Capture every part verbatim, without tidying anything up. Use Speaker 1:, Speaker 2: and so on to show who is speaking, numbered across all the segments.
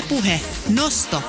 Speaker 1: Puhe. Nosto.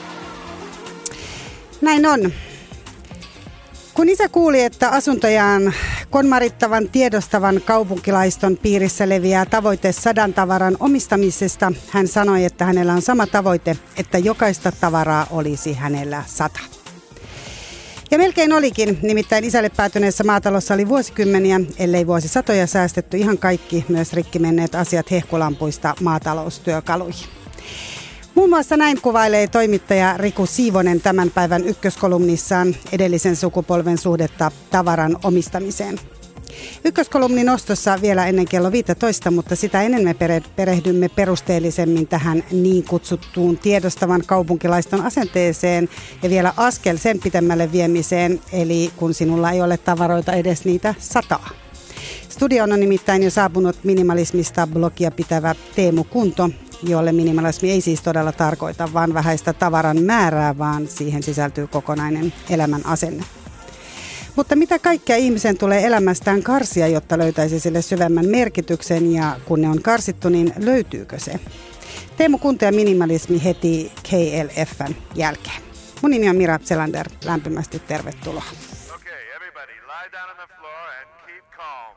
Speaker 2: Näin on. Kun isä kuuli, että asuntojaan konmarittavan tiedostavan kaupunkilaiston piirissä leviää tavoite sadan tavaran omistamisesta, hän sanoi, että hänellä on sama tavoite, että jokaista tavaraa olisi hänellä sata. Ja melkein olikin, nimittäin isälle päätyneessä maatalossa oli vuosikymmeniä, ellei vuosisatoja säästetty ihan kaikki, myös rikki menneet asiat hehkulampuista maataloustyökaluihin. Muun muassa näin kuvailee toimittaja Riku Siivonen tämän päivän ykköskolumnissaan edellisen sukupolven suhdetta tavaran omistamiseen. Ykköskolumnin nostossa vielä ennen kello viisitoista, mutta sitä ennen me perehdymme perusteellisemmin tähän niin kutsuttuun tiedostavan kaupunkilaiston asenteeseen ja vielä askel sen pitemmälle viemiseen, eli kun sinulla ei ole tavaroita edes niitä sataa. Studioon on nimittäin jo saapunut minimalismista blogia pitävä Teemu Kunto, jolle minimalismi ei siis todella tarkoita vain vähäistä tavaran määrää, vaan siihen sisältyy kokonainen elämän asenne. Mutta mitä kaikkea ihmisen tulee elämästään karsia, jotta löytäisi sille syvemmän merkityksen, ja kun ne on karsittu, niin löytyykö se? Teemu Kunto ja minimalismi heti K L F:n jälkeen. Mun nimi on Mira Selander, lämpimästi tervetuloa.
Speaker 3: Okay, everybody, lie down on the floor and keep calm.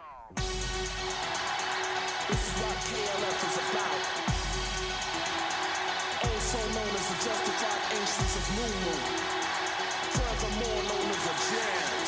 Speaker 4: This is what K L F is about. Also known as the justified ancients of New Moon. Furthermore known as the jams.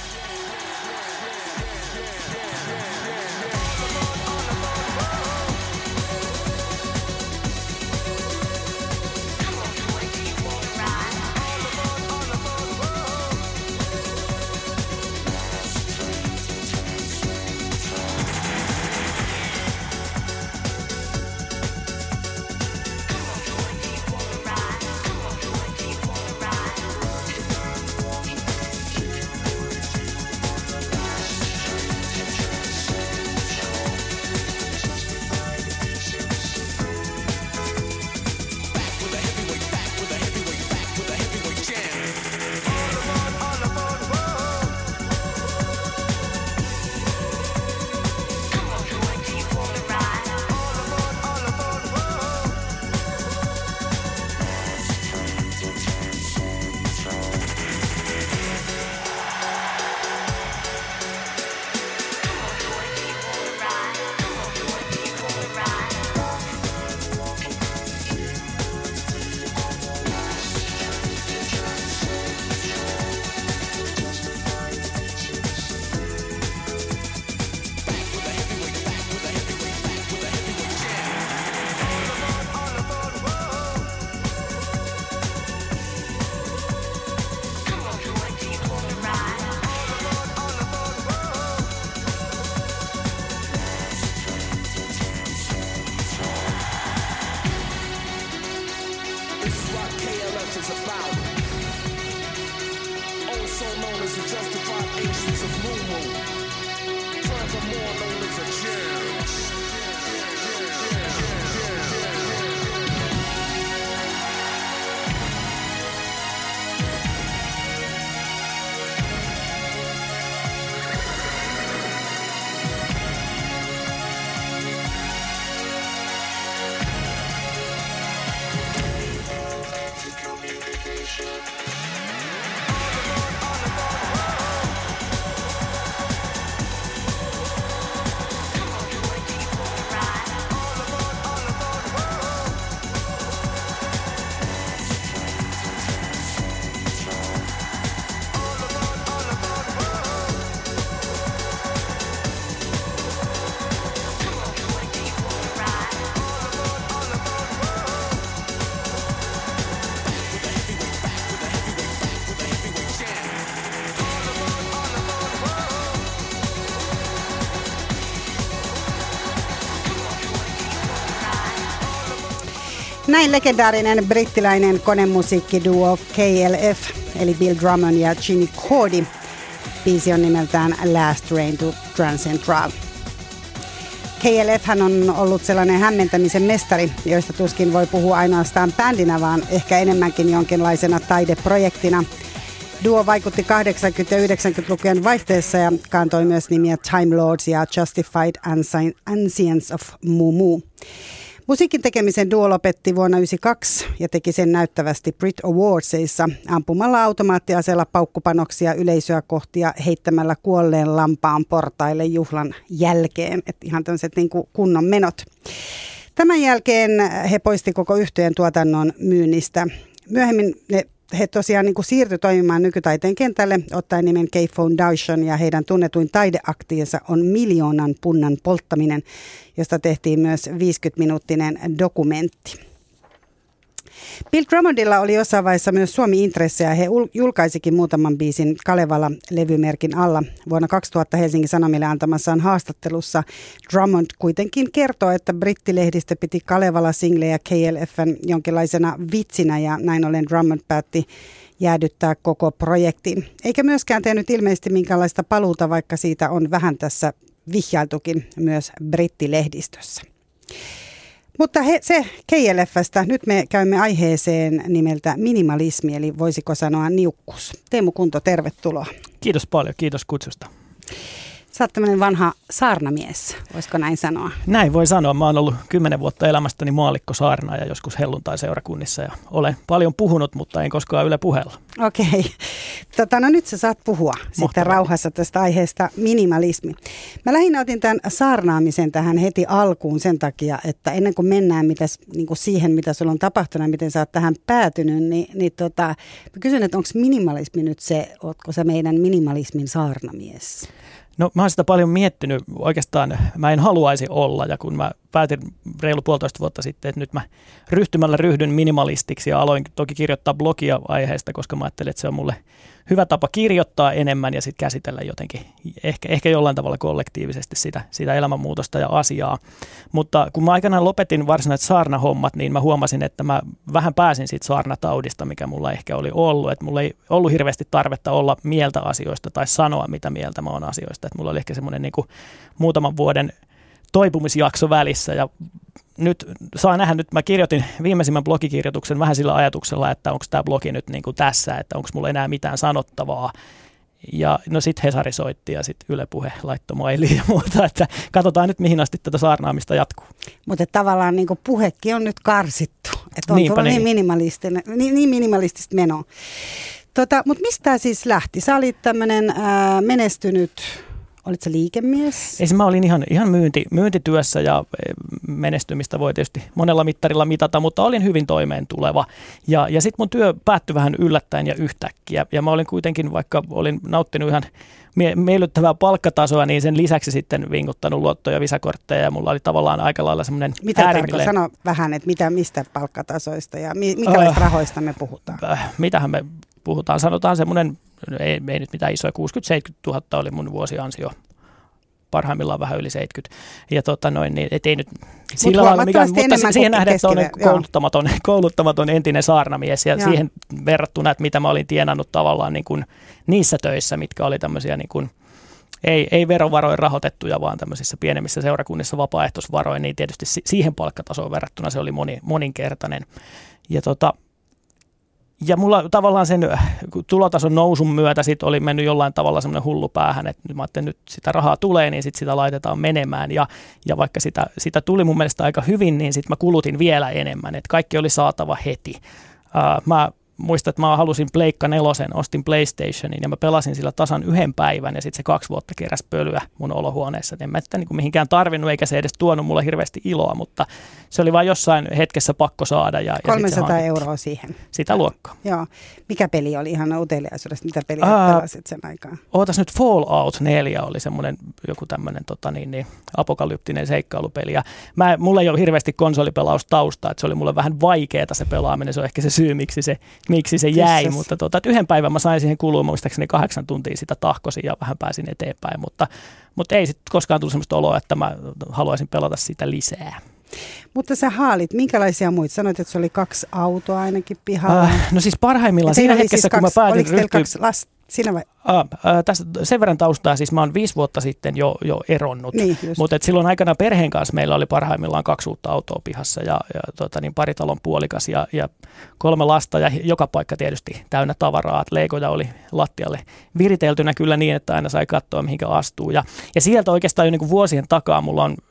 Speaker 2: Näin legendaarinen brittiläinen konemusiikkiduo K L F, eli Bill Drummond ja Ginny Cordy. Biisi on nimeltään Last Train to Transcentral. K L F on ollut sellainen hämmentämisen mestari, joista tuskin voi puhua ainoastaan bändinä, vaan ehkä enemmänkin jonkinlaisena taideprojektina. Duo vaikutti kahdeksankymmentä- ja yhdeksänkymmentälukujen vaihteessa ja kantoi myös nimiä Time Lords ja Justified Ancients of Mumu. Musiikin tekemisen duo lopetti vuonna yhdeksänkymmentäkaksi ja teki sen näyttävästi Brit Awardsissa ampumalla automaattiaseella paukkupanoksia yleisöä kohti ja heittämällä kuolleen lampaan portaille juhlan jälkeen. Et ihan tämmöiset niin kuin kunnon menot. Tämän jälkeen he poisti koko yhtyeen tuotannon myynnistä. Myöhemmin ne He tosiaan niin kuin siirtyi toimimaan nykytaiteen kentälle, ottaen nimen K Foundation, ja heidän tunnetuin taideaktiinsa on miljoonan punnan polttaminen, josta tehtiin myös viisikymmentäminuuttinen dokumentti. Bill Drummondilla oli jossain vaiheessa myös Suomi-intressejä. He julkaisikin muutaman biisin Kalevala-levymerkin alla. Vuonna kaksituhatta Helsingin Sanomille antamassaan haastattelussa Drummond kuitenkin kertoo, että brittilehdistö piti Kalevala-singlejä K L F:n jonkinlaisena vitsinä, ja näin ollen Drummond päätti jäädyttää koko projektin. Eikä myöskään tehnyt ilmeisesti minkäänlaista paluuta, vaikka siitä on vähän tässä vihjailtukin myös brittilehdistössä. Mutta he, se K L F:stä, nyt me käymme aiheeseen nimeltä minimalismi, eli voisiko sanoa niukkuus. Teemu Kunto, tervetuloa.
Speaker 1: Kiitos paljon, kiitos kutsusta.
Speaker 2: Sä oot tämmöinen vanha saarnamies, voisiko näin sanoa?
Speaker 1: Näin voi sanoa. Mä oon ollut kymmenen vuotta elämästäni maallikko saarnaaja joskus helluntai-seurakunnissa ja olen paljon puhunut, mutta en koskaan Yle Puheella.
Speaker 2: Okei. Okay. Tota, no nyt sä saat puhua Mahtavaa. Sitten rauhassa tästä aiheesta minimalismi. Mä lähinnä otin tämän saarnaamisen tähän heti alkuun sen takia, että ennen kuin mennään mitäs, niin kuin siihen, mitä sulla on tapahtunut ja miten sä oot tähän päätynyt, niin, niin tota, mä kysyn, että onko minimalismi nyt se, ootko sä meidän minimalismin saarnamies?
Speaker 1: No mä oon sitä paljon miettinyt. Oikeastaan mä en haluaisi olla, ja kun mä päätin reilu puolitoista vuotta sitten, että nyt mä ryhtymällä ryhdyn minimalistiksi ja aloin toki kirjoittaa blogia aiheesta, koska mä ajattelin, että se on mulle hyvä tapa kirjoittaa enemmän ja sitten käsitellä jotenkin ehkä, ehkä jollain tavalla kollektiivisesti sitä, sitä elämänmuutosta ja asiaa. Mutta kun mä aikanaan lopetin varsinaiset saarnahommat, niin mä huomasin, että mä vähän pääsin siitä saarnataudista, mikä mulla ehkä oli ollut. Että mulla ei ollut hirveästi tarvetta olla mieltä asioista tai sanoa, mitä mieltä mä oon asioista. Että mulla oli ehkä semmoinen niin kuin muutaman vuoden toipumisjakso välissä, ja nyt saa nähdä, nyt mä kirjoitin viimeisimmän blogikirjoituksen vähän sillä ajatuksella, että onko tämä blogi nyt niin kuin tässä, että onko mulla enää mitään sanottavaa. Ja no sitten Hesari soitti ja sitten Yle Puhe laittoi mailiin ja muuta, että katsotaan nyt mihin asti tätä saarnaamista jatkuu.
Speaker 2: Mutta tavallaan niin kuin puhekin on nyt karsittu, että on tullut niin, minimalistinen, niin, niin minimalistista menoa. Tota, mutta mistä siis lähti? Sä olit tämmöinen ää, menestynyt... Olitko liikemies?
Speaker 1: Ei, mä olin ihan, ihan myynti, myyntityössä ja menestymistä voi tietysti monella mittarilla mitata, mutta olin hyvin toimeen tuleva. Ja, ja sitten mun työ päättyi vähän yllättäen ja yhtäkkiä. Ja mä olin kuitenkin, vaikka olin nauttinut ihan mie- miellyttävää palkkatasoa, niin sen lisäksi sitten vinkuttanut luottoja ja visakortteja. Ja mulla oli tavallaan aika lailla semmoinen
Speaker 2: mitä tarkoittaa? Sano vähän, että mitä, mistä palkkatasoista ja mi- minkälaisista äh, rahoista me puhutaan?
Speaker 1: Äh, mitähän me puhutaan? Sanotaan semmoinen... Ei, ei nyt mitään isoja, kuusikymmentä seitsemänkymmentä tuhatta oli mun vuosiansio, parhaimmillaan vähän yli seitsemänkymmentä. Ja tota noin, niin et ei nyt sillä lailla mikään, mutta siihen nähden, että on kouluttamaton, kouluttamaton entinen saarnamies ja joo. Siihen verrattuna, että mitä mä olin tienannut tavallaan niin kuin niissä töissä, mitkä oli tämmöisiä niin kuin, ei, ei verovaroin rahoitettuja, vaan tämmöisissä pienemmissä seurakunnissa vapaaehtoisvaroin, niin tietysti siihen palkkatasoon verrattuna se oli moni, moninkertainen. Ja tota, Ja mulla tavallaan sen tulotason nousun myötä sit oli mennyt jollain tavalla semmoinen hullu päähän, että mä ajattelin, että nyt sitä rahaa tulee, niin sit sitä laitetaan menemään. Ja, ja vaikka sitä, sitä tuli mun mielestä aika hyvin, niin sit mä kulutin vielä enemmän, että kaikki oli saatava heti. Uh, mä muistan, että mä halusin Pleikka nelosen, ostin PlayStationin ja mä pelasin sillä tasan yhden päivän ja sitten se kaksi vuotta keräsi pölyä mun olohuoneessa. Et en mä sitä niin kuin mihinkään tarvinnut eikä se edes tuonut mulle hirveästi iloa, mutta se oli vain jossain hetkessä pakko saada. Ja,
Speaker 2: kolmesataa ja euroa siihen.
Speaker 1: Sitä luokkaa.
Speaker 2: Joo. Mikä peli oli ihan uteliaisuudesta? Mitä peliä uh, pelasit sen aikaan?
Speaker 1: Ootas nyt Fallout neljä oli semmoinen joku tämmöinen tota niin, niin, apokalyptinen seikkailupeli. Ja mä, mulla ei ole hirveästi konsolipelaustaustaa, että se oli mulle vähän vaikeaa se pelaaminen. Se on ehkä se syy, miksi se miksi se jäi, Kyssas. Mutta tuota, yhden päivän mä sain siihen kuluun, muistaakseni kahdeksan tuntia sitä tahkosin ja vähän pääsin eteenpäin, mutta, mutta ei sitten koskaan tullut sellaista oloa, että mä haluaisin pelata sitä lisää.
Speaker 2: Mutta sä haalit, minkälaisia muita? Sanoit, että se oli kaksi autoa ainakin pihalla. Äh,
Speaker 1: no siis parhaimmillaan siinä hetkessä, siis kun kaksi, mä päätin ryhtyä...
Speaker 2: kaksi lasta? Siinä vai?
Speaker 1: Ah, äh, tästä sen verran taustaa, siis mä oon viisi vuotta sitten jo, jo eronnut, niin, mutta silloin aikana perheen kanssa meillä oli parhaimmillaan kaksi uutta autoa pihassa ja, ja tota, niin pari talon puolikas ja, ja kolme lasta ja joka paikka tietysti täynnä tavaraa. Leikoja oli lattialle viriteltynä kyllä niin, että aina sai katsoa mihinkä astuu ja, ja sieltä oikeastaan jo niin kuin vuosien takaa mulla on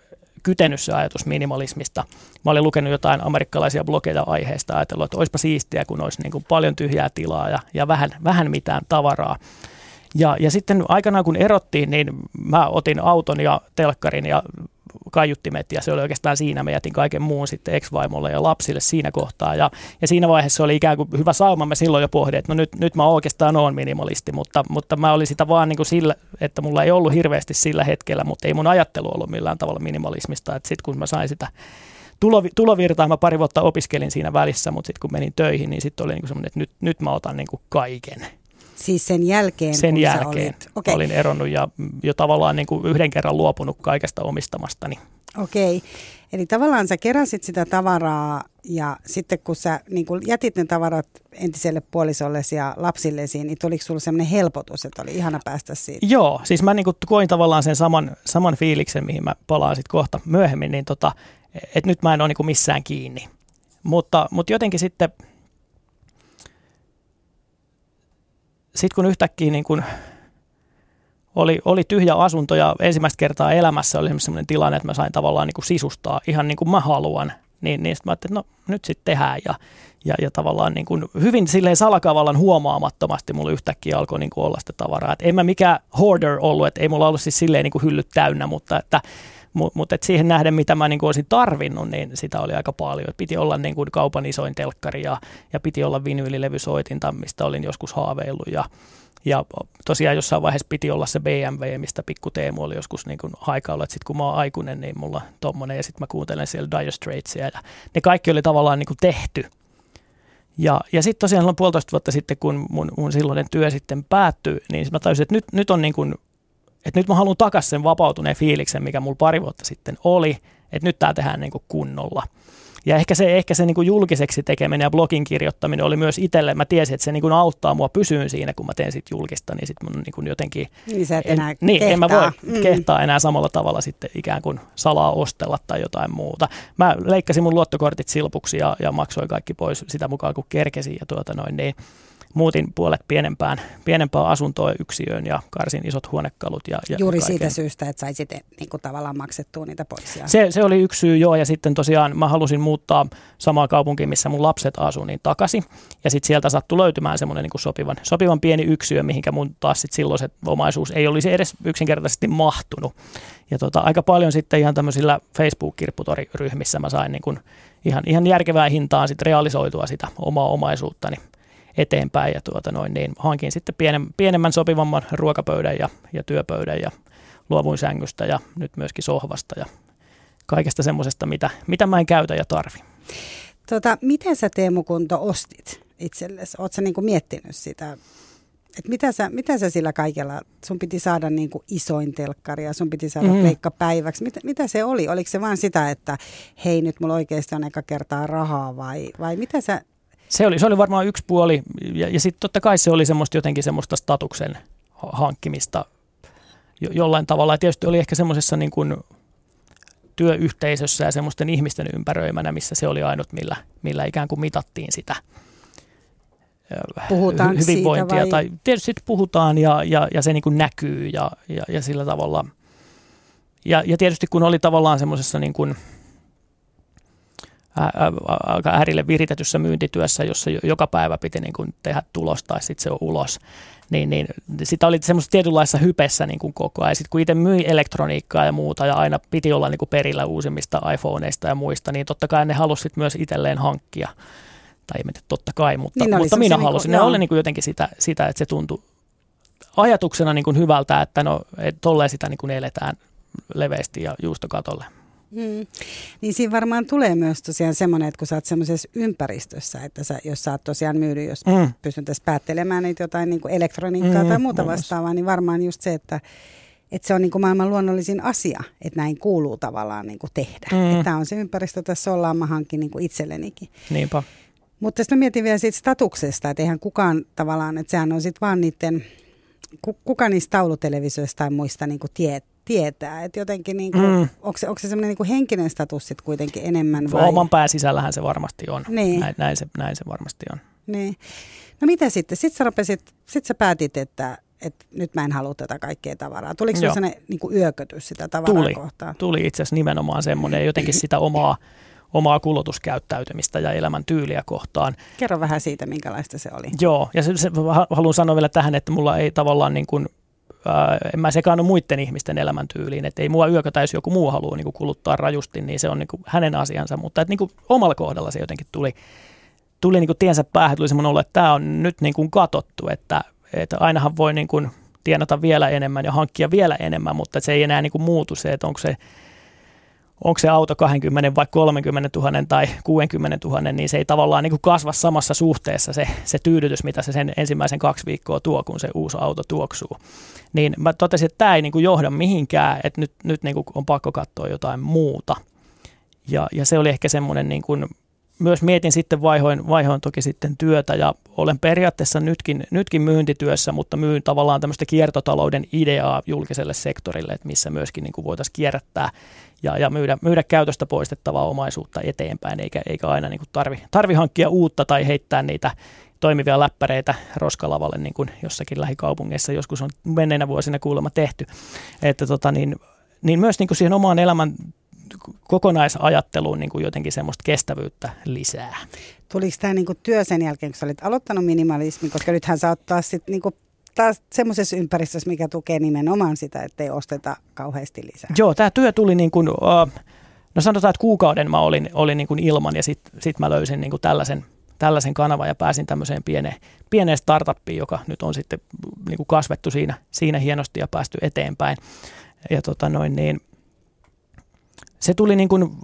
Speaker 1: kytenyt se ajatus minimalismista. Mä olin lukenut jotain amerikkalaisia blogeja aiheesta, ajatellut, että olisipa siistiä, kun olisi niin kuin paljon tyhjää tilaa ja, ja vähän, vähän mitään tavaraa. Ja, ja sitten aikanaan kun erottiin, niin mä otin auton ja telkkarin ja kaiuttimet ja se oli oikeastaan siinä. Mä jätin kaiken muun sitten ex-vaimolle ja lapsille siinä kohtaa. Ja, ja siinä vaiheessa oli ikään kuin hyvä sauma. Mä silloin jo pohdin, että no nyt, nyt mä oikeastaan oon minimalisti, mutta, mutta mä olin sitä vaan niin kuin sillä, että mulla ei ollut hirveästi sillä hetkellä, mutta ei mun ajattelu ollut millään tavalla minimalismista. Että sitten kun mä sain sitä tulovirtaa, mä pari vuotta opiskelin siinä välissä, mutta sitten kun menin töihin, niin sitten oli niin kuin semmoinen, että nyt, nyt mä otan niin kuin kaiken.
Speaker 2: Siis sen jälkeen,
Speaker 1: sen
Speaker 2: kun
Speaker 1: jälkeen
Speaker 2: sä olit. Okay.
Speaker 1: olin eronnut ja jo tavallaan niin kuin yhden kerran luopunut kaikesta omistamastani.
Speaker 2: Okei, eli tavallaan sä keräsit sitä tavaraa ja sitten kun sä niin kun jätit ne tavarat entiselle puolisollesi ja lapsillesi, niin tuliko sulla sellainen helpotus, että oli ihana päästä siitä?
Speaker 1: Joo, siis mä niin kuin koin tavallaan sen saman, saman fiiliksen, mihin mä palaan sitten kohta myöhemmin, niin tota, että nyt mä en ole niin kuin missään kiinni. Mutta, mutta jotenkin sitten... Sitten kun yhtäkkiä niin kun oli, oli tyhjä asunto ja ensimmäistä kertaa elämässä oli sellainen tilanne, että mä sain tavallaan niin kuin sisustaa ihan niin kuin mä haluan, niin, niin sitten mä ajattelin, että no nyt sitten tehdään ja, ja, ja tavallaan niin kuin hyvin silleen salakavallan huomaamattomasti mulla yhtäkkiä alkoi niin kuin olla sitä tavaraa. Et en mä mikään hoarder ollut, että ei mulla ollut siis silleen niin kuin hyllyt täynnä, mutta että Mutta mut siihen nähden, mitä mä niinku olisin tarvinnut, niin sitä oli aika paljon. Et piti olla niinku kaupan isoin telkkari ja, ja piti olla vinyylilevysoitinta, mistä olin joskus haaveillut. Ja, ja tosiaan jossain vaiheessa piti olla se B M W, mistä pikku Teemu oli joskus niinku haikailla. Sitten kun mä oon aikuinen, niin mulla on tommonen ja sitten mä kuuntelen siellä Dire Straitsia. Ja ne kaikki oli tavallaan niinku tehty. Ja, ja sitten tosiaan puolitoista vuotta sitten, kun mun, mun silloinen työ sitten päättyi, niin mä tajusin, että nyt, nyt on niin kuin... Että nyt mä haluan takaisin sen vapautuneen fiiliksen, mikä mulla pari vuotta sitten oli, että nyt tää tehdään niin kuin kunnolla. Ja ehkä se, ehkä se niin kuin julkiseksi tekeminen ja blogin kirjoittaminen oli myös itselle. Mä tiesin, että se niin kuin auttaa mua pysyyn siinä, kun mä teen sit julkista, niin sit mun niin kuin jotenkin...
Speaker 2: Niin sä et enää
Speaker 1: en, niin, en mä voi
Speaker 2: mm.
Speaker 1: kehtaa enää samalla tavalla sitten ikään kuin salaa ostella tai jotain muuta. Mä leikkasin mun luottokortit silpuksi ja, ja maksoin kaikki pois sitä mukaan, kun kerkesin ja tuota noin niin... Muutin puolet pienempään, pienempään asuntoon yksiöön ja karsin isot huonekalut. Ja, ja
Speaker 2: Juuri
Speaker 1: kaiken.
Speaker 2: siitä syystä, että saisit niin kuin tavallaan maksettua niitä pois.
Speaker 1: Se, se oli yksi syy, joo. Ja sitten tosiaan mä halusin muuttaa samaan kaupunkiin, missä mun lapset asuu, niin takaisin. Ja sitten sieltä sattui löytymään semmoinen niin kuin sopivan, sopivan pieni yksiö, mihinkä mun taas sit silloiset omaisuus ei olisi edes yksinkertaisesti mahtunut. Ja tota, aika paljon sitten ihan tämmöisillä Facebook-kirpputoriryhmissä mä sain niin kuin ihan, ihan järkevää hintaan sit realisoitua sitä omaa omaisuuttani eteenpäin ja tuota noin, niin hankin sitten pienen, pienemmän sopivamman ruokapöydän ja, ja työpöydän ja luovuin sängystä ja nyt myöskin sohvasta ja kaikesta semmoisesta, mitä, mitä mä en käytä ja tarvi.
Speaker 2: Tota, miten sä Teemu Kunto ostit itsellesi? Ootko sä niinku miettinyt sitä, että mitä sä, mitä sä sillä kaikella, sun piti saada niinku isoin telkkari ja sun piti saada mm. pleikka päiväksi. Mitä, mitä se oli? Oliko se vaan sitä, että hei nyt mulla oikeasti on eka kertaa rahaa vai, vai mitä sä...
Speaker 1: Se oli, se oli varmaan yksi puoli ja, ja sitten totta kai se oli semmoista jotenkin semmoista statuksen hankkimista jo, jollain tavalla. Ja tietysti oli ehkä semmoisessa niin kuin työyhteisössä ja semmoisten ihmisten ympäröimänä, missä se oli ainut, millä, millä ikään kuin mitattiin sitä
Speaker 2: Puhutaanko
Speaker 1: hyvinvointia.
Speaker 2: Siitä vai?
Speaker 1: Tai tietysti puhutaan ja, ja, ja se niin kuin näkyy ja, ja, ja sillä tavalla. Ja, ja tietysti kun oli tavallaan semmoisessa niin kuin aika äärille viritetyssä myyntityössä, jossa joka päivä piti niin kuin tehdä tulos tai sitten se on ulos, niin, niin sitä oli semmoisessa tietynlaisessa hypessä niin kuin koko ajan. Sitten kun itse myi elektroniikkaa ja muuta ja aina piti olla niin kuin perillä uusimmista iPhoneista ja muista, niin totta kai ne halusi myös itselleen hankkia. Tai ei mene totta kai, mutta, niin mutta minä halusin. Niin kuin, ne oli niin kuin jotenkin sitä, sitä, että se tuntui ajatuksena niin kuin hyvältä, että no, et tolleen sitä niin kuin eletään leveästi ja juustokatolle.
Speaker 2: Hmm. Niin siinä varmaan tulee myös tosiaan semmoinen, että kun sä oot semmoisessa ympäristössä, että sä, jos sä oot tosiaan myydy, jos mm. pystyn tässä päättelemään niitä jotain niin kuin elektroniikkaa mm, tai muuta vastaavaa, niin varmaan just se, että, että se on niin kuin maailman luonnollisin asia, että näin kuuluu tavallaan niin kuin tehdä. Mm. Että tämä on se ympäristö, tässä ollaan, mä hankin niin kuin itsellenikin.
Speaker 1: Niinpä.
Speaker 2: Mutta sitten mä mietin vielä siitä statuksesta, että eihän kukaan tavallaan, että sehän on sitten vaan niiden, kuka niistä taulutelevisioista tai muista niin kuin tiet, tietää, että jotenkin niin kuin, mm. onko se, onko se semmoinen niin kuin henkinen status sitten kuitenkin enemmän vai?
Speaker 1: Oman pään sisällähän se varmasti on.
Speaker 2: Niin.
Speaker 1: Näin, näin, se, näin se varmasti on.
Speaker 2: Niin. No mitä sitten? Sitten sä, rupesit, sit sä päätit, että, että nyt mä en halua tätä kaikkea tavaraa? Tuliko se sellainen niin kuin yökötys sitä tavaraa
Speaker 1: tuli,
Speaker 2: kohtaan?
Speaker 1: Tuli itse asiassa nimenomaan semmoinen jotenkin sitä omaa, omaa kulutuskäyttäytymistä ja elämäntyyliä kohtaan.
Speaker 2: Kerro vähän siitä, minkälaista se oli.
Speaker 1: Joo, ja se, se, haluan sanoa vielä tähän, että mulla ei tavallaan niin kuin, ää, en mä sekaannut muiden ihmisten elämäntyyliin, että ei mua yökötä, jos joku muu haluaa niin kuin kuluttaa rajusti, niin se on niin kuin hänen asiansa, mutta että niin kuin omalla kohdalla se jotenkin tuli, tuli niin kuin tiensä päähän, tuli semmoinen olo, että tämä on nyt niin kuin katsottu, että, että ainahan voi niin kuin tienata vielä enemmän ja hankkia vielä enemmän, mutta se ei enää niin kuin muutu se, että onko se onko se auto kaksikymmentä vai kolmekymmentätuhatta tai kuusikymmentätuhatta, niin se ei tavallaan niin kuin kasva samassa suhteessa se, se tyydytys, mitä se sen ensimmäisen kaksi viikkoa tuo, kun se uusi auto tuoksuu. Niin mä totesin, että tämä ei niin kuin johda mihinkään, että nyt, nyt niin kuin on pakko katsoa jotain muuta. Ja, ja se oli ehkä semmoinen, niin kuin, myös mietin sitten, vaihoin, vaihoin toki sitten työtä ja olen periaatteessa nytkin, nytkin myyntityössä, mutta myyn tavallaan tämmöistä kiertotalouden ideaa julkiselle sektorille, että missä myöskin niin kuin voitaisiin kierrättää ja, ja myydä, myydä käytöstä poistettavaa omaisuutta eteenpäin, eikä, eikä aina niin kuin tarvi, tarvi hankkia uutta tai heittää niitä toimivia läppäreitä roskalavalle, niin kuin jossakin lähikaupungeissa joskus on menneinä vuosina kuulemma tehty. Että tota niin, niin myös niin kuin siihen omaan elämän kokonaisajatteluun niin kuin jotenkin semmoista kestävyyttä lisää.
Speaker 2: Tuliko tämä niin kuin työ sen jälkeen, kun sä olit aloittanut minimalismin, koska nythän sä oot taas, sit niin kuin, taas semmoisessa ympäristössä, mikä tukee nimenomaan sitä, ettei osteta kauheasti lisää.
Speaker 1: Joo, tämä työ tuli niin kuin, no sanotaan, että kuukauden mä olin, olin niin kuin ilman ja sitten sit mä löysin niin kuin tällaisen, tällaisen kanavan ja pääsin tämmöiseen pieneen, pieneen startuppiin, joka nyt on sitten niin kuin kasvettu siinä, siinä hienosti ja päästy eteenpäin. Ja tota noin niin, se tuli niin kuin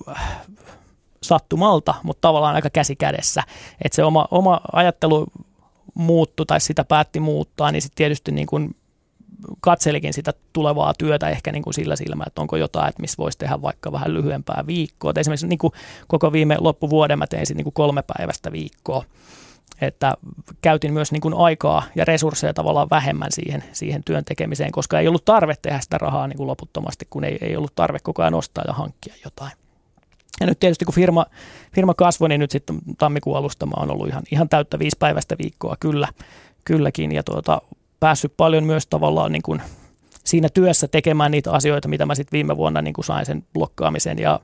Speaker 1: sattumalta, mutta tavallaan aika käsi kädessä, että se oma, oma ajattelu muuttui tai sitä päätti muuttaa, niin sitten tietysti niin kuin katselikin sitä tulevaa työtä ehkä niin kuin sillä silmällä, että onko jotain, että missä voisi tehdä vaikka vähän lyhyempää viikkoa. Et esimerkiksi niin kuin koko viime loppuvuoden mä tein niin kuin kolme päivästä viikkoa, että käytin myös niin kuin aikaa ja resursseja tavallaan vähemmän siihen, siihen työn tekemiseen, koska ei ollut tarve tehdä sitä rahaa niin kuin loputtomasti, kun ei, ei ollut tarve koko ajan ostaa ja hankkia jotain. Ja nyt tietysti kun firma, firma kasvoi, niin nyt sitten tammikuun alusta mä oon ollut ihan, ihan täyttä viisi päivästä viikkoa kyllä, kylläkin ja tuota, päässyt paljon myös tavallaan niin kuin siinä työssä tekemään niitä asioita, mitä mä sitten viime vuonna niin kuin sain sen blokkaamisen ja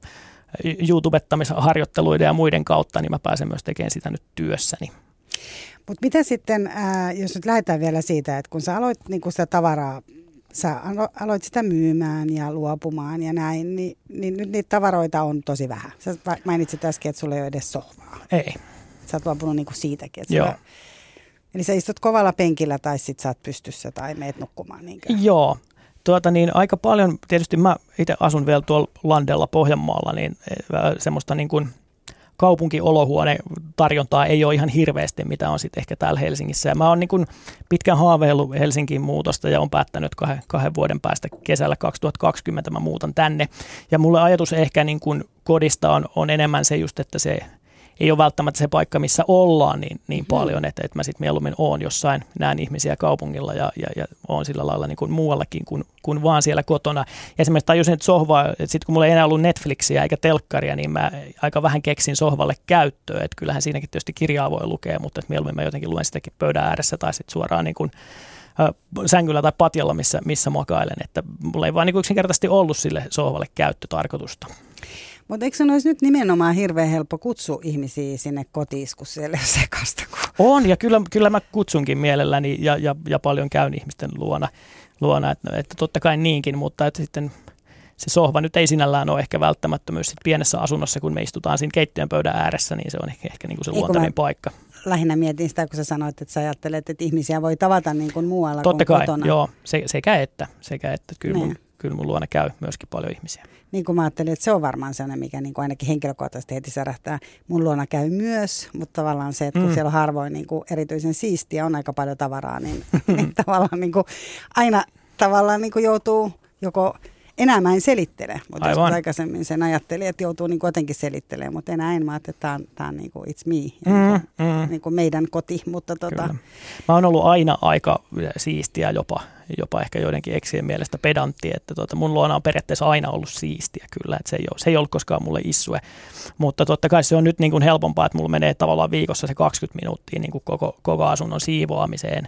Speaker 1: YouTubettamisen ja muiden kautta, niin mä pääsen myös tekemään sitä nyt työssäni.
Speaker 2: Mutta mitä sitten, ää, jos nyt lähdetään vielä siitä, että kun sä aloit niin kun sitä tavaraa, sä aloit sitä myymään ja luopumaan ja näin, niin, niin nyt niitä tavaroita on tosi vähän. Sä mainitsit äsken, että sulla ei ole edes sohvaa.
Speaker 1: Ei.
Speaker 2: Sä oot luopunut niin kuin siitäkin.
Speaker 1: Joo.
Speaker 2: Sulla, eli sä istut kovalla penkillä tai sit sä oot pystyssä tai meet nukkumaan. Niinkö?
Speaker 1: Joo. Tuota niin, aika paljon, tietysti mä itse asun vielä tuolla Landella Pohjanmaalla, niin semmoista niin kuin kaupunkiolohuone tarjontaa ei ole ihan hirveästi, mitä on sitten ehkä täällä Helsingissä. Ja mä oon niin kuin pitkään haaveillut Helsingin muutosta ja on päättänyt kahden, kahden vuoden päästä kesällä kaksituhattakaksikymmentä mä muutan tänne. Ja mulle ajatus ehkä niin kuin kodista on, on enemmän se just, että se ei ole välttämättä se paikka, missä ollaan niin, niin paljon, että, että mä sitten mieluummin oon jossain, näen ihmisiä kaupungilla ja, ja, ja oon sillä lailla niin kuin muuallakin kuin, kuin vaan siellä kotona. Ja esimerkiksi tajusin, että sohvaa, että sitten kun mulla ei enää ollut Netflixiä eikä telkkaria, niin mä aika vähän keksin sohvalle käyttöä. Että kyllähän siinäkin tietysti kirjaa voi lukea, mutta että mieluummin mä jotenkin luen sitäkin pöydän ääressä tai sitten suoraan niin kuin sängyllä tai patjalla, missä, missä makailen. Että mulla ei vaan niin yksinkertaisesti ollut sille sohvalle käyttötarkoitusta.
Speaker 2: Mutta eikö se olisi nyt nimenomaan hirveän helppo kutsua ihmisiä sinne kotiin, kun siellä ei ole sekasta?
Speaker 1: On, ja kyllä, kyllä mä kutsunkin mielelläni ja, ja, ja paljon käyn ihmisten luona, luona että, että totta kai niinkin, mutta että sitten se sohva nyt ei sinällään ole ehkä välttämättömyys sit pienessä asunnossa, kun me istutaan siinä keittiön pöydän ääressä, niin se on ehkä, ehkä niin kuin se luontevin paikka.
Speaker 2: Lähinnä mietin sitä, kun sä sanoit, että sä ajattelet, että ihmisiä voi tavata niin kuin muualla
Speaker 1: totta
Speaker 2: kuin
Speaker 1: kai,
Speaker 2: kotona.
Speaker 1: Joo, se, sekä että, sekä että kyllä,
Speaker 2: niin.
Speaker 1: mun, kyllä mun luona käy myöskin paljon ihmisiä.
Speaker 2: Niin kuin mä ajattelin, että se on varmaan sellainen, mikä niin kuin ainakin henkilökohtaisesti heti särähtää. Mun luona käy myös, mutta tavallaan se, että kun mm. siellä on harvoin niin kuin erityisen siistiä, on aika paljon tavaraa, niin, niin tavallaan niin kuin aina tavallaan niin kuin joutuu joko, enää mä en selittele, mutta joskus aikaisemmin sen ajattelin, että joutuu niin kuin jotenkin selittelemään, mutta enää en, mä ajattelin, että tämä on, tämä on niin kuin it's me, mm, niin kuin, mm. niin kuin meidän koti, mutta tota.
Speaker 1: Mä oon ollut aina aika siistiä jopa. jopa ehkä joidenkin eksien mielestä pedantti, että tuota, mun luona on periaatteessa aina ollut siistiä kyllä, että se ei ole, se ei ollut koskaan mulle issue, mutta totta kai se on nyt niin kuin helpompaa, että mulla menee tavallaan viikossa se kaksikymmentä minuuttia niin kuin koko, koko asunnon siivoamiseen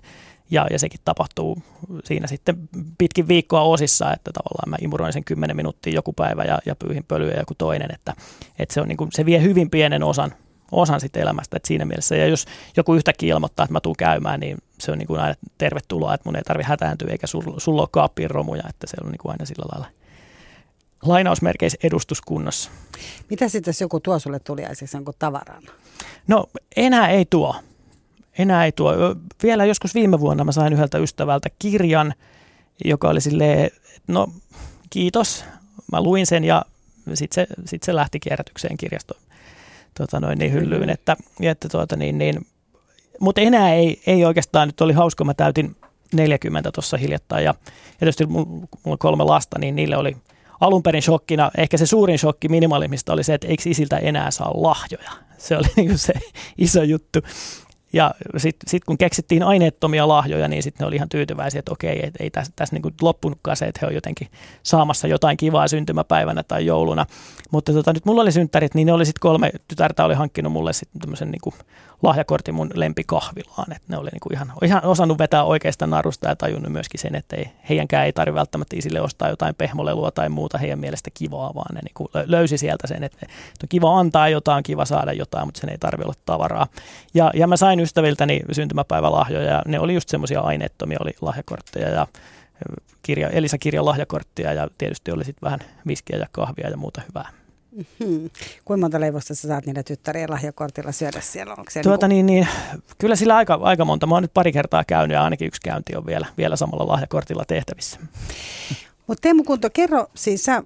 Speaker 1: Ja, ja sekin tapahtuu siinä sitten pitkin viikkoa osissa, että tavallaan mä imuroin sen kymmenen minuuttia joku päivä ja, ja pyyhin pölyä joku toinen, että, että se, on niin kuin, se vie hyvin pienen osan, osan sitten elämästä, että siinä mielessä. Ja jos joku yhtäkkiä ilmoittaa, että mä tuun käymään, niin se on niin kuin aina tervetuloa, että mun ei tarvitse hätääntyä eikä sulla ole kaappiin romuja, että se on niin kuin aina sillä lailla lainausmerkeissä edustuskunnossa.
Speaker 2: Mitä sitten, jos joku tuo sulle tuliaiseksi jonkun tavaran?
Speaker 1: No enää ei tuo. Enää ei tuo. Vielä joskus viime vuonna mä sain yhdeltä ystävältä kirjan, joka oli silleen, no kiitos. Mä luin sen ja sitten se, sit se lähti kierrätykseen kirjastoon tota noin, niin hyllyyn. Että, että tuota, niin, niin. Mutta enää ei, ei oikeastaan, nyt oli hauska, mä täytin neljäkymmentä tuossa hiljattain ja, ja tietysti mulla on kolme lasta, niin niille oli alun perin shokkina, ehkä se suurin shokki minimalismista oli se, että eikö isiltä enää saa lahjoja. Se oli niin se iso juttu. Ja sitten sit kun keksittiin aineettomia lahjoja, niin sitten ne oli ihan tyytyväisiä, että okei, ei, ei tässä, tässä niin loppunutkaan se, että he on jotenkin saamassa jotain kivaa syntymäpäivänä tai jouluna. Mutta tota, nyt mulla oli synttärit, niin ne oli sitten kolme tytärtä oli hankkinut mulle sitten tämmöisen niin lahjakortin mun lempikahvilaan. Että ne oli niin kuin ihan, ihan osannut vetää oikeasta narusta ja tajunnut myöskin sen, että ei, heidänkään ei tarvitse välttämättä isille ostaa jotain pehmolelua tai muuta heidän mielestä kivaa, vaan ne niin kuin löysi sieltä sen, että on kiva antaa jotain, kiva saada jotain, mutta sen ei tarvitse olla tavaraa. Ja, ja mä sain ystäviltäni syntymäpäivälahjoja ja ne oli just semmoisia aineettomia, oli lahjakortteja ja kirja, Elisa-kirjan lahjakorttia ja tietysti oli sitten vähän viskiä ja kahvia ja muuta hyvää.
Speaker 2: Mm-hmm. Kuinka monta leivosta sä saat niiden tyttärien lahjakortilla syödä siellä? Onko se
Speaker 1: tuota,
Speaker 2: niin,
Speaker 1: niin, niin, kyllä sillä aika, aika monta. Mä oon nyt pari kertaa käynyt ja ainakin yksi käynti on vielä, vielä samalla lahjakortilla tehtävissä.
Speaker 2: Mutta Teemu Kunto, kerro siis sä,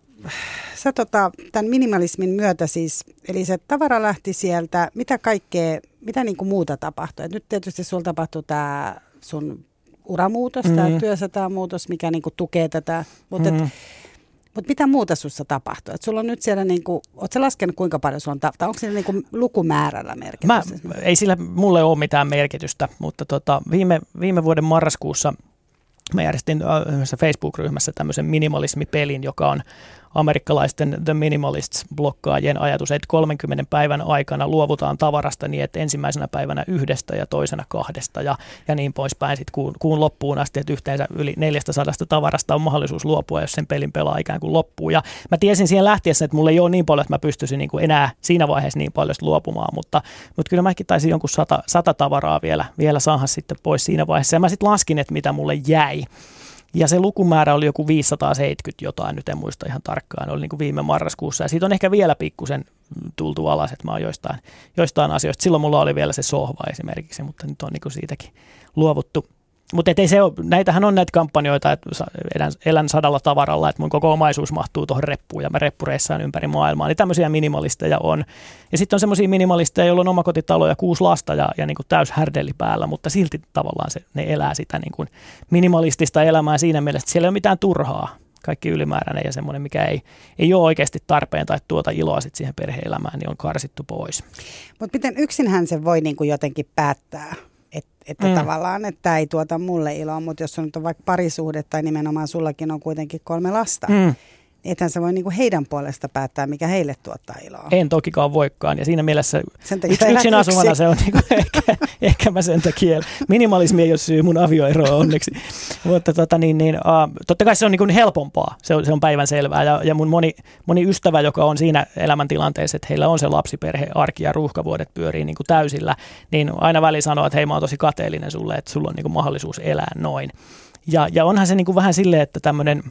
Speaker 2: sä tota, tämän minimalismin myötä siis, eli se tavara lähti sieltä, mitä kaikkea, mitä niinku muuta tapahtui? Et nyt tietysti sulla tapahtui tämä sun uramuutos, mm. tämä työsatamuutos, mikä niinku tukee tätä, mutta mm. Mutta mitä muuta sussa tapahtuu? Et sulla on nyt siellä, niinku, ootko sä laskenut kuinka paljon sulla on, ta- tai onko sillä niinku lukumäärällä merkitystä?
Speaker 1: Mä, ei sillä mulle ole mitään merkitystä, mutta tota, viime, viime vuoden marraskuussa mä järjestin yhdessä Facebook-ryhmässä tämmöisen minimalismipelin, joka on amerikkalaisten The Minimalists-blokkaajien ajatus, että kolmenkymmenen päivän aikana luovutaan tavarasta niin, että ensimmäisenä päivänä yhdestä ja toisena kahdesta ja, ja niin poispäin sitten kuun, kuun loppuun asti, että yhteensä yli neljästäsadasta tavarasta on mahdollisuus luopua, jos sen pelin pelaa ikään kuin loppuun. Ja mä tiesin siihen lähtiessä, että mulla ei ole niin paljon, että mä pystyisin niin kuin enää siinä vaiheessa niin paljon luopumaan, mutta, mutta kyllä mäkin taisin jonkun sata, sata tavaraa vielä, vielä saada sitten pois siinä vaiheessa. Ja mä sitten laskin, että mitä mulle jäi. Ja se lukumäärä oli joku viisisataaseitsemänkymmentä jotain, nyt en muista ihan tarkkaan, oli niin kuin viime marraskuussa. Ja siitä on ehkä vielä pikkusen tultu alas, että mä oon joistain, joistain asioista. Silloin mulla oli vielä se sohva esimerkiksi, mutta nyt on niin kuin siitäkin luovuttu. Mutta ei se ole, näitähän on näitä kampanjoita, että elän, elän sadalla tavaralla, että mun koko omaisuus mahtuu tuohon reppuun ja mä reppureissaan ympäri maailmaa. Niin tämmöisiä minimalisteja on. Ja sitten on semmoisia minimalisteja, joilla on omakotitalo ja kuusi lasta ja, ja niin kuin täys härdelli päällä, mutta silti tavallaan se, ne elää sitä niin kuin minimalistista elämää siinä mielessä, että siellä ei ole mitään turhaa. Kaikki ylimääräinen ja semmoinen, mikä ei, ei ole oikeasti tarpeen tai tuota iloa sit siihen perhe-elämään, niin on karsittu pois.
Speaker 2: Mutta miten yksinhän se voi niin kuin jotenkin päättää? Että mm. tavallaan, että tämä ei tuota mulle iloa, mutta jos on nyt on vaikka parisuhde tai nimenomaan sullakin on kuitenkin kolme lasta, mm. ethän se voi niinku heidän puolesta päättää, mikä heille tuottaa iloa.
Speaker 1: En tokikaan voikaan ja siinä mielessä yks, yksin asuvana se on niinku, ehkä, ehkä mä sen takia. Minimalismi ei ole syy mun avioeroa onneksi, mutta tota niin, niin, uh, totta kai se on niinku helpompaa, se on, se on päivän selvää ja, ja mun moni, moni ystävä, joka on siinä elämäntilanteessa, että heillä on se lapsiperhe, arki ja ruuhkavuodet pyörii niinku täysillä, niin aina väliin sanoo, että hei mä oon tosi kateellinen sulle, että sulla on niinku mahdollisuus elää noin. Ja, ja onhan se niinku vähän silleen, että tämmöinen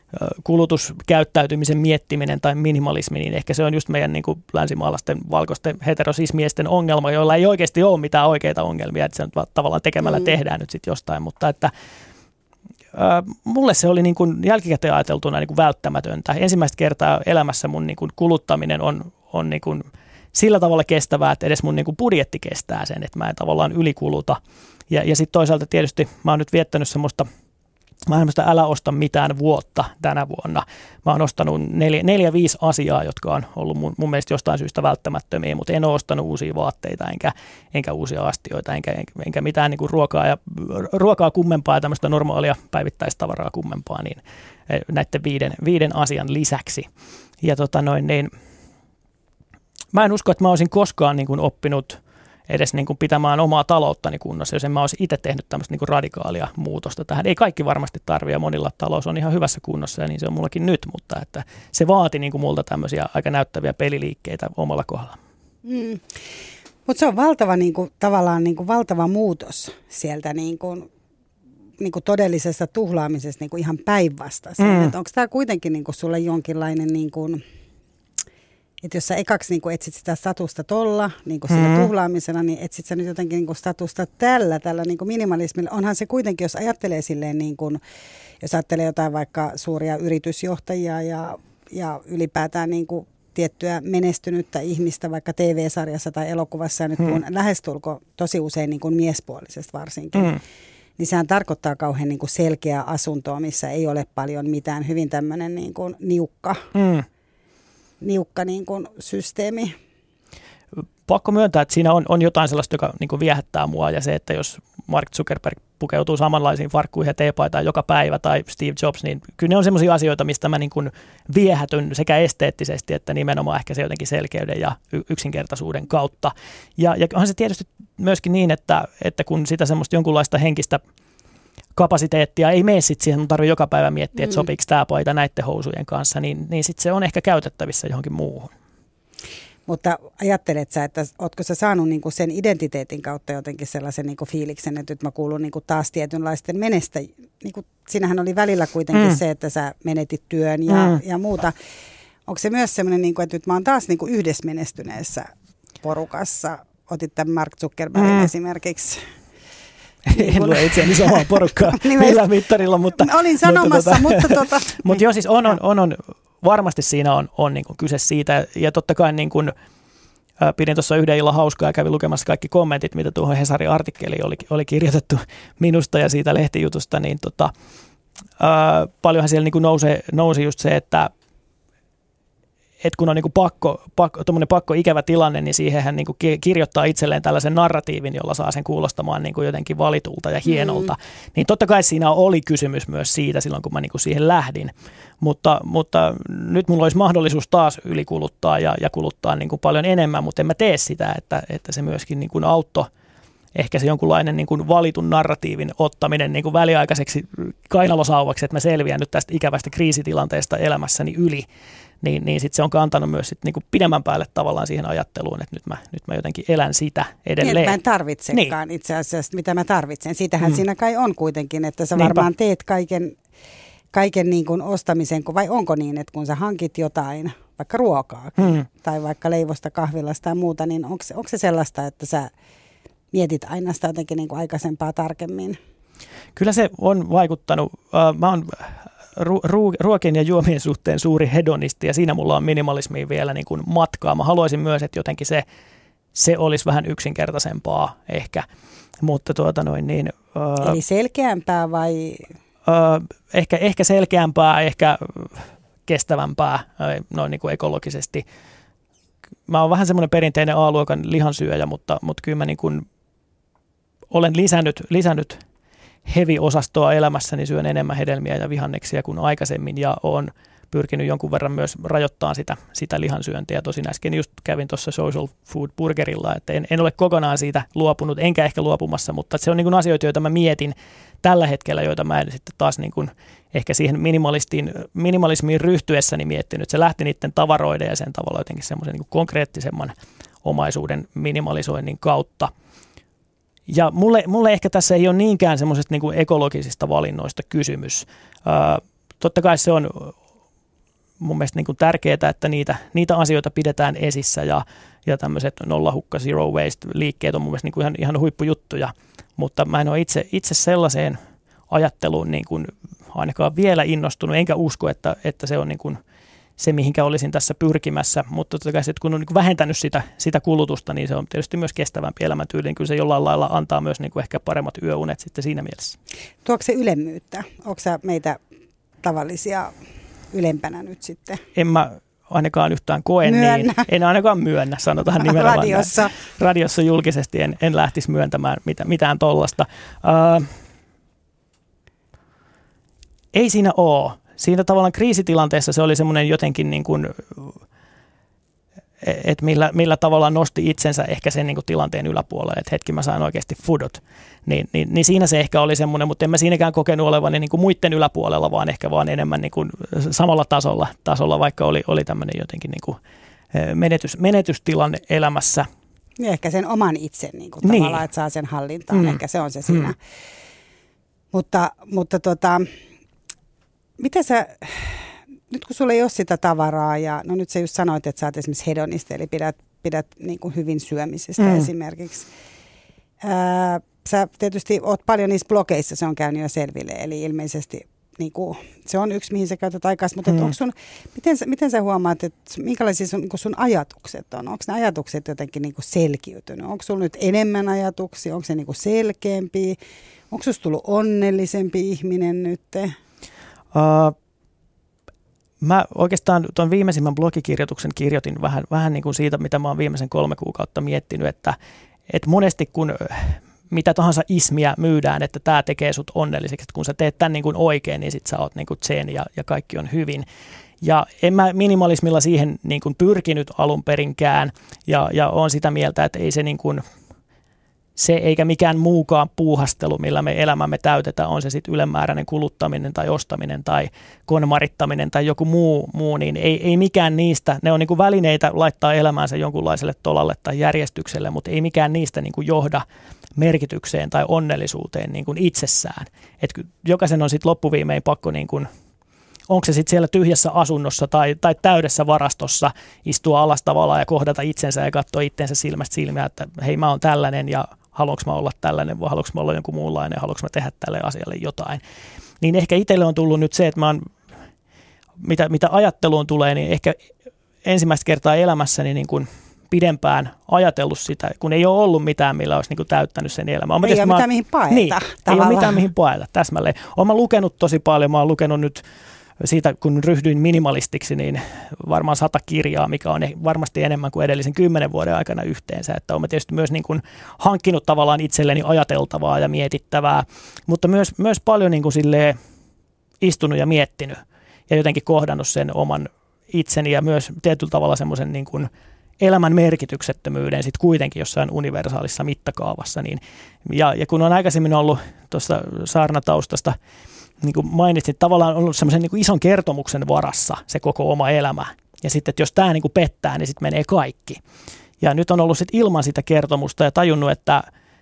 Speaker 1: kulutuskäyttäytymisen miettiminen tai minimalismi, niin ehkä se on just meidän niin kuin länsimaalaisten valkoisten heterosismiesten ongelma, joilla ei oikeasti ole mitään oikeita ongelmia, että se on tavallaan tekemällä mm. tehdään nyt sitten jostain, mutta että äh, mulle se oli niin kuin jälkikäteen ajateltuna niin kuin välttämätöntä. Ensimmäistä kertaa elämässä mun niin kuin kuluttaminen on, on niin kuin sillä tavalla kestävää, että edes mun niin kuin budjetti kestää sen, että mä en tavallaan ylikuluta. Ja, ja sitten toisaalta tietysti mä oon nyt viettänyt semmoista Mä en semmoista älä osta mitään vuotta tänä vuonna. Mä oon ostanut neljä, neljä viisi asiaa, jotka on ollut mun, mun mielestä jostain syystä välttämättömiä, mutta en ole ostanut uusia vaatteita enkä, enkä uusia astioita enkä, enkä, enkä mitään niin kuin ruokaa, ja, ruokaa kummempaa ja tämmöistä normaalia päivittäistavaraa kummempaa niin näiden viiden, viiden asian lisäksi. Ja tota noin, niin, mä en usko, että mä olisin koskaan niin kuin oppinut edes niin kuin pitämään omaa talouttani kunnossa, jos en mä olisi itse tehnyt tämmöistä niin kuin radikaalia muutosta tähän. Ei kaikki varmasti tarvitse ja monilla talous on ihan hyvässä kunnossa ja niin se on mullakin nyt, mutta että se vaati niin kuin multa tämmöisiä aika näyttäviä peliliikkeitä omalla kohdalla.
Speaker 2: Mm. Mutta se on valtava, niin kuin, tavallaan niin kuin valtava muutos sieltä niin kuin, niin kuin todellisesta tuhlaamisesta niin kuin ihan päinvastaiseen. Mm. Onko tämä kuitenkin niin kuin sulle jonkinlainen, niin kuin, että jos sä ekaksi niin kuin etsit sitä statusta tolla, niin kuin sillä mm. tuhlaamisena, niin etsit sä nyt jotenkin niin kuin statusta tällä, tällä niin kuin minimalismilla. Onhan se kuitenkin, jos ajattelee silleen, niin kuin, jos ajattelee jotain vaikka suuria yritysjohtajia ja, ja ylipäätään niin kuin tiettyä menestynyttä ihmistä vaikka T V-sarjassa tai elokuvassa, ja nyt kun hmm. lähestulko tosi usein niin kuin miespuolisesta varsinkin, hmm. niin sehän tarkoittaa kauhean niin kuin selkeää asuntoa, missä ei ole paljon mitään, hyvin tämmöinen niin kuin niukka, hmm. niukka niin kuin systeemi.
Speaker 1: Pakko myöntää, että siinä on, on jotain sellaista, joka niin kuin viehättää mua, ja se, että jos Mark Zuckerberg pukeutuu samanlaisiin farkkuihin ja teepaitaan joka päivä, tai Steve Jobs, niin kyllä ne on semmoisia asioita, mistä mä niin kuin viehätyn sekä esteettisesti, että nimenomaan ehkä se jotenkin selkeyden ja yksinkertaisuuden kautta. Ja, ja onhan se tietysti myöskin niin, että, että kun sitä semmoista jonkunlaista henkistä kapasiteettia ei mene sitten siihen, mun tarvitsee joka päivä miettiä, että sopiiko tämä paita näiden housujen kanssa, niin, niin sitten se on ehkä käytettävissä johonkin muuhun.
Speaker 2: Mutta ajattelet sä, että ootko sä saanut niinku sen identiteetin kautta jotenkin sellaisen niinku fiiliksen, että nyt mä kuulun niinku taas tietynlaisten menestä. Niinku, siinähän oli välillä kuitenkin mm. se, että sä menetit työn ja, mm. ja muuta. Onko se myös sellainen, niinku, että nyt mä oon taas niinku yhdessä menestyneessä porukassa? Otit tämän Mark Zuckerbergin mm. esimerkiksi.
Speaker 1: En lue itseäni samaa porukkaa millään mittarilla, mutta...
Speaker 2: Olin sanomassa, mutta... Mutta, tota,
Speaker 1: mutta joo, siis on, on, on, on, varmasti siinä on, on niin kuin kyse siitä, ja totta kai niin kuin, ää, pidin tuossa yhden illan hauskaa ja kävin lukemassa kaikki kommentit, mitä tuohon Hesarin artikkeliin oli, oli kirjoitettu minusta ja siitä lehtijutusta, niin tota, ää, paljonhan siellä niin kuin nousee, nousi just se, että et kun on niin kuin pakko, pakko, pakko ikävä tilanne, niin siihen hän niin kuin kirjoittaa itselleen tällaisen narratiivin, jolla saa sen kuulostamaan niin kuin jotenkin valitulta ja hienolta. Mm. Niin totta kai siinä oli kysymys myös siitä silloin, kun mä niin kuin siihen lähdin. Mutta, mutta nyt mulla olisi mahdollisuus taas ylikuluttaa ja, ja kuluttaa niin kuin paljon enemmän, mutta en mä tee sitä, että, että se myöskin niin kuin auttoi. Ehkä se jonkunlainen niin kuin valitun narratiivin ottaminen niin kuin väliaikaiseksi kainalosauvaksi, että mä selviän nyt tästä ikävästä kriisitilanteesta elämässäni yli. Niin, niin sitten se on kantanut myös sit niinku pidemmän päälle tavallaan siihen ajatteluun, että nyt mä, nyt mä jotenkin elän sitä edelleen.
Speaker 2: Niin, mä en tarvitsekaan niin. Itse asiassa, mitä mä tarvitsen. Siitähän mm. siinä kai on kuitenkin, että sä Niinpä. varmaan teet kaiken, kaiken niin kuin ostamisen, vai onko niin, että kun sä hankit jotain, vaikka ruokaa mm. tai vaikka leivosta, kahvilasta tai muuta, niin onko, onko se sellaista, että sä mietit aina sitä jotenkin niin kuin aikaisempaa tarkemmin?
Speaker 1: Kyllä se on vaikuttanut. Mä oon Ru- ru- ruokien ja juomien suhteen suuri hedonisti ja siinä mulla on minimalismiin vielä niin kuin matkaa. Mä haluaisin myös, että jotenkin se, se olisi vähän yksinkertaisempaa ehkä, mutta tuota noin niin.
Speaker 2: Ö, Eli selkeämpää vai?
Speaker 1: Ö, ehkä, ehkä selkeämpää, ehkä kestävämpää noin niin kuin ekologisesti. Mä oon vähän semmoinen perinteinen A-luokan lihansyöjä, mutta, mutta kyllä mä niin kuin olen lisännyt, lisännyt heavy-osastoa elämässäni, syön enemmän hedelmiä ja vihanneksia kuin aikaisemmin ja olen pyrkinyt jonkun verran myös rajoittamaan sitä, sitä lihansyöntiä. Tosin äsken just kävin tuossa Social Food Burgerilla, että en, en ole kokonaan siitä luopunut, enkä ehkä luopumassa, mutta se on niin kuin asioita, joita mä mietin tällä hetkellä, joita mä en sitten taas niin kuin ehkä siihen minimalistiin, minimalismiin ryhtyessäni miettinyt. Se lähti niiden tavaroiden ja sen tavalla jotenkin semmoisen niin kuin konkreettisemman omaisuuden minimalisoinnin kautta. Ja mulle, mulle ehkä tässä ei ole niinkään semmoisesta niin kuin ekologisista valinnoista kysymys. Ää, totta kai se on mun mielestä niin kuin tärkeää, että niitä, niitä asioita pidetään esissä ja, ja tämmöiset nollahukka, zero waste liikkeet on mun mielestä niin kuin ihan, ihan huippujuttuja, mutta mä en ole itse, itse sellaiseen ajatteluun niin kuin ainakaan vielä innostunut, enkä usko, että, että se on niin kuin se, mihinkä olisin tässä pyrkimässä, mutta totta kai se, että kun on niin vähentänyt sitä, sitä kulutusta, niin se on tietysti myös kestävämpi elämäntyyli, niin kyllä se jollain lailla antaa myös niin kuin ehkä paremmat yöunet sitten siinä mielessä.
Speaker 2: Tuoako se ylemmyyttä? Onko sä meitä tavallisia ylempänä nyt sitten?
Speaker 1: En mä ainakaan yhtään koe myönnä. Niin. En ainakaan myönnä, sanotaan nimenomaan.
Speaker 2: Radiossa.
Speaker 1: Näin. Radiossa julkisesti en, en lähtisi myöntämään mitä, mitään tollasta. Uh, ei siinä ole. Siinä tavallaan kriisitilanteessa se oli semmoinen jotenkin niin kuin että millä, millä tavalla nosti itsensä ehkä sen niin kuin tilanteen yläpuolelle, että hetki mä sain oikeasti fudot, niin, niin, niin siinä se ehkä oli semmoinen, mutta en mä siinäkään kokenut olevani niin kuin muiden yläpuolella, vaan ehkä vaan enemmän niin kuin samalla tasolla, tasolla vaikka oli, oli tämmöinen jotenkin niin kuin menetys, menetystilanne elämässä.
Speaker 2: Ja ehkä sen oman itsen niin kuin
Speaker 1: niin.
Speaker 2: tavallaan, että saa sen hallintaan, mm. ehkä se on se siinä.
Speaker 1: Mm.
Speaker 2: Mutta, mutta tota, mitä sä... Nyt kun sulla ei ole sitä tavaraa ja no nyt sä just sanoit, että sä oot esimerkiksi hedonisti, eli pidät, pidät niin kuin hyvin syömisestä mm. esimerkiksi. Ää, sä tietysti oot paljon niissä blogeissa, se on käynyt jo selville, eli ilmeisesti niin kuin, se on yksi, mihin sä käytät aikaa, mutta mm. sun, miten, miten sä huomaat, että minkälaisia sun, niin kuin sun ajatukset on? Onko ne ajatukset jotenkin niin kuin selkiytynyt? Onko sulla nyt enemmän ajatuksia? Onko se niin kuin selkeämpi? Onko susta tullut onnellisempi ihminen nyt?
Speaker 1: Uh. Mä oikeastaan tuon viimeisimmän blogikirjoituksen kirjoitin vähän, vähän niin kuin siitä, mitä mä oon viimeisen kolme kuukautta miettinyt, että, että monesti kun mitä tahansa ismiä myydään, että tämä tekee sut onnelliseksi, että kun sä teet tämän niin kuin oikein, niin sit sä oot niin kuin zen ja, ja kaikki on hyvin. Ja en mä minimalismilla siihen niin kuin pyrkinyt alun perinkään ja, ja oon sitä mieltä, että ei se niin kuin se eikä mikään muukaan puuhastelu, millä me elämämme täytetään, on se sitten ylimääräinen kuluttaminen tai ostaminen tai konmarittaminen tai joku muu, muu niin ei, ei mikään niistä, ne on niinku välineitä laittaa elämäänsä jonkunlaiselle tolalle tai järjestykselle, mutta ei mikään niistä niinku johda merkitykseen tai onnellisuuteen niinku itsessään. Et jokaisen on sitten loppuviimein pakko, niinku, onko se sitten siellä tyhjässä asunnossa tai, tai täydessä varastossa istua alas tavallaan ja kohdata itsensä ja katsoa itsensä silmästä silmiä, että hei mä oon tällainen ja haluanko mä olla tällainen vai haluanko mä olla jonkun muunlainen, haluanko mä tehdä tälle asialle jotain. Niin ehkä itselle on tullut nyt se, että mä oon, mitä, mitä ajatteluun tulee, niin ehkä ensimmäistä kertaa elämässäni niin kuin pidempään ajatellut sitä, kun ei ole ollut mitään, millä olisi niin kuin täyttänyt sen elämän.
Speaker 2: Ei ole mitään oon, mihin paeta.
Speaker 1: Niin, ei ole mitään mihin paeta, täsmälleen. Olen mä lukenut tosi paljon, mä oon lukenut nyt siitä, kun ryhdyin minimalistiksi, niin varmaan sata kirjaa, mikä on varmasti enemmän kuin edellisen kymmenen vuoden aikana yhteensä. Että olen tietysti myös niin kuin hankkinut tavallaan itselleni ajateltavaa ja mietittävää, mutta myös, myös paljon niin kuin silleen istunut ja miettinyt ja jotenkin kohdannut sen oman itseni ja myös tietyllä tavalla semmoisen niin kuin elämän merkityksettömyyden sitten kuitenkin jossain universaalissa mittakaavassa. Niin, ja, ja kun on aikaisemmin ollut tuosta saarnataustasta, niin kuin mainitsin, tavallaan on ollut semmoisen niin kuin ison kertomuksen varassa se koko oma elämä. Ja sitten, että jos tämä niin kuin pettää, niin sitten menee kaikki. Ja nyt on ollut sitten ilman sitä kertomusta ja tajunnut, että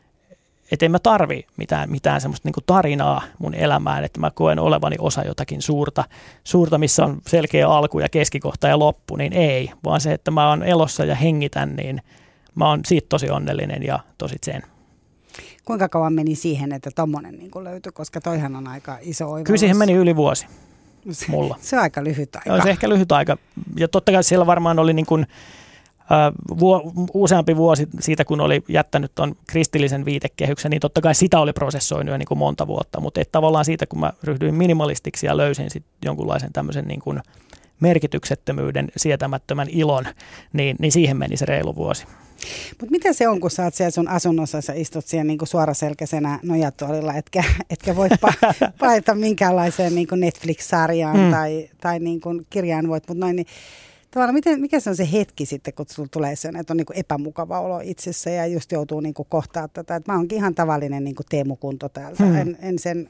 Speaker 1: et en mä tarvi mitään, mitään semmoista niin kuin tarinaa mun elämään, että mä koen olevani osa jotakin suurta, suurta, missä on selkeä alku ja keskikohta ja loppu, niin ei. Vaan se, että mä oon elossa ja hengitän, niin mä oon siitä tosi onnellinen ja tosi zen.
Speaker 2: Kuinka kauan meni siihen, että tommonen niin kuin löytyi, koska toihan on aika iso oivallus?
Speaker 1: Kyllä siihen meni yli vuosi mulla.
Speaker 2: Se on aika lyhyt aika.
Speaker 1: Joo, se ehkä lyhyt aika. Ja totta kai siellä varmaan oli niin kuin, äh, vuo, useampi vuosi siitä, kun oli jättänyt tuon kristillisen viitekehyksen, niin totta kai sitä oli prosessoinut jo niin kuin monta vuotta. Mutta tavallaan siitä, kun mä ryhdyin minimalistiksi ja löysin sit jonkunlaisen tämmöisen niin kuin merkityksettömyyden, sietämättömän ilon, niin, niin siihen meni se reilu vuosi.
Speaker 2: Mutta mitä se on, kun sä oot siellä sun asunnossa, sä istut siellä niinku suoraselkäisenä nojatuolilla, etkä, etkä voi pa- paeta minkäänlaiseen niinku Netflix-sarjaan mm. tai, tai niinku kirjaan voit, mutta noin, niin tavallaan miten, mikä se on se hetki sitten, kun sulla tulee sen, että on niinku epämukava olo itsessä ja just joutuu niinku kohtaa tätä, että mä oonkin ihan tavallinen niinku teemukunto täältä, mm. en, en sen,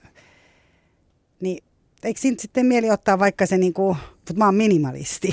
Speaker 2: niin eikö siinä sitten mieli ottaa vaikka se niinku, mutta mä oon minimalisti,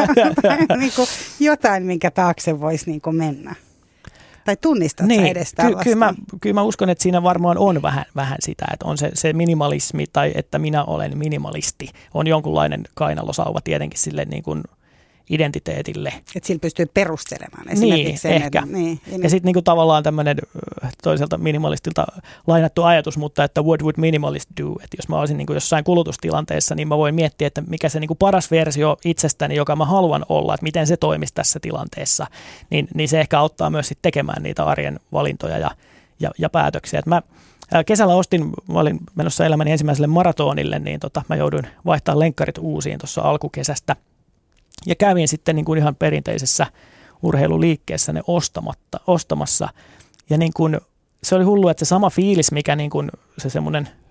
Speaker 2: niinku jotain, minkä taakse voisi niinku mennä. Tai tunnistaa niin, edes tällaista.
Speaker 1: Ky- kyllä, mä, kyllä mä uskon, että siinä varmaan on vähän, vähän sitä, että on se, se minimalismi tai että minä olen minimalisti. On jonkunlainen kainalosauva tietenkin sille niin kuin identiteetille.
Speaker 2: Että sillä pystyy perustelemaan esimerkiksi
Speaker 1: niin,
Speaker 2: sen.
Speaker 1: Ehkä.
Speaker 2: Että, niin,
Speaker 1: ja ja sitten niinku tavallaan tämmöinen toiselta minimalistilta lainattu ajatus, mutta että what would minimalist do? Että jos mä olisin niinku jossain kulutustilanteessa, niin mä voin miettiä, että mikä se niinku paras versio itsestäni, joka mä haluan olla, että miten se toimisi tässä tilanteessa, niin, niin se ehkä auttaa myös sit tekemään niitä arjen valintoja ja, ja, ja päätöksiä. Et mä kesällä ostin, mä olin menossa elämäni ensimmäiselle maratonille, niin tota, mä jouduin vaihtamaan lenkkarit uusiin tuossa alkukesästä. Ja kävin sitten niin kuin ihan perinteisessä urheiluliikkeessä ne ostamatta, ostamassa. Ja niin kuin, se oli hullu, että se sama fiilis, mikä niin kuin se semmoinen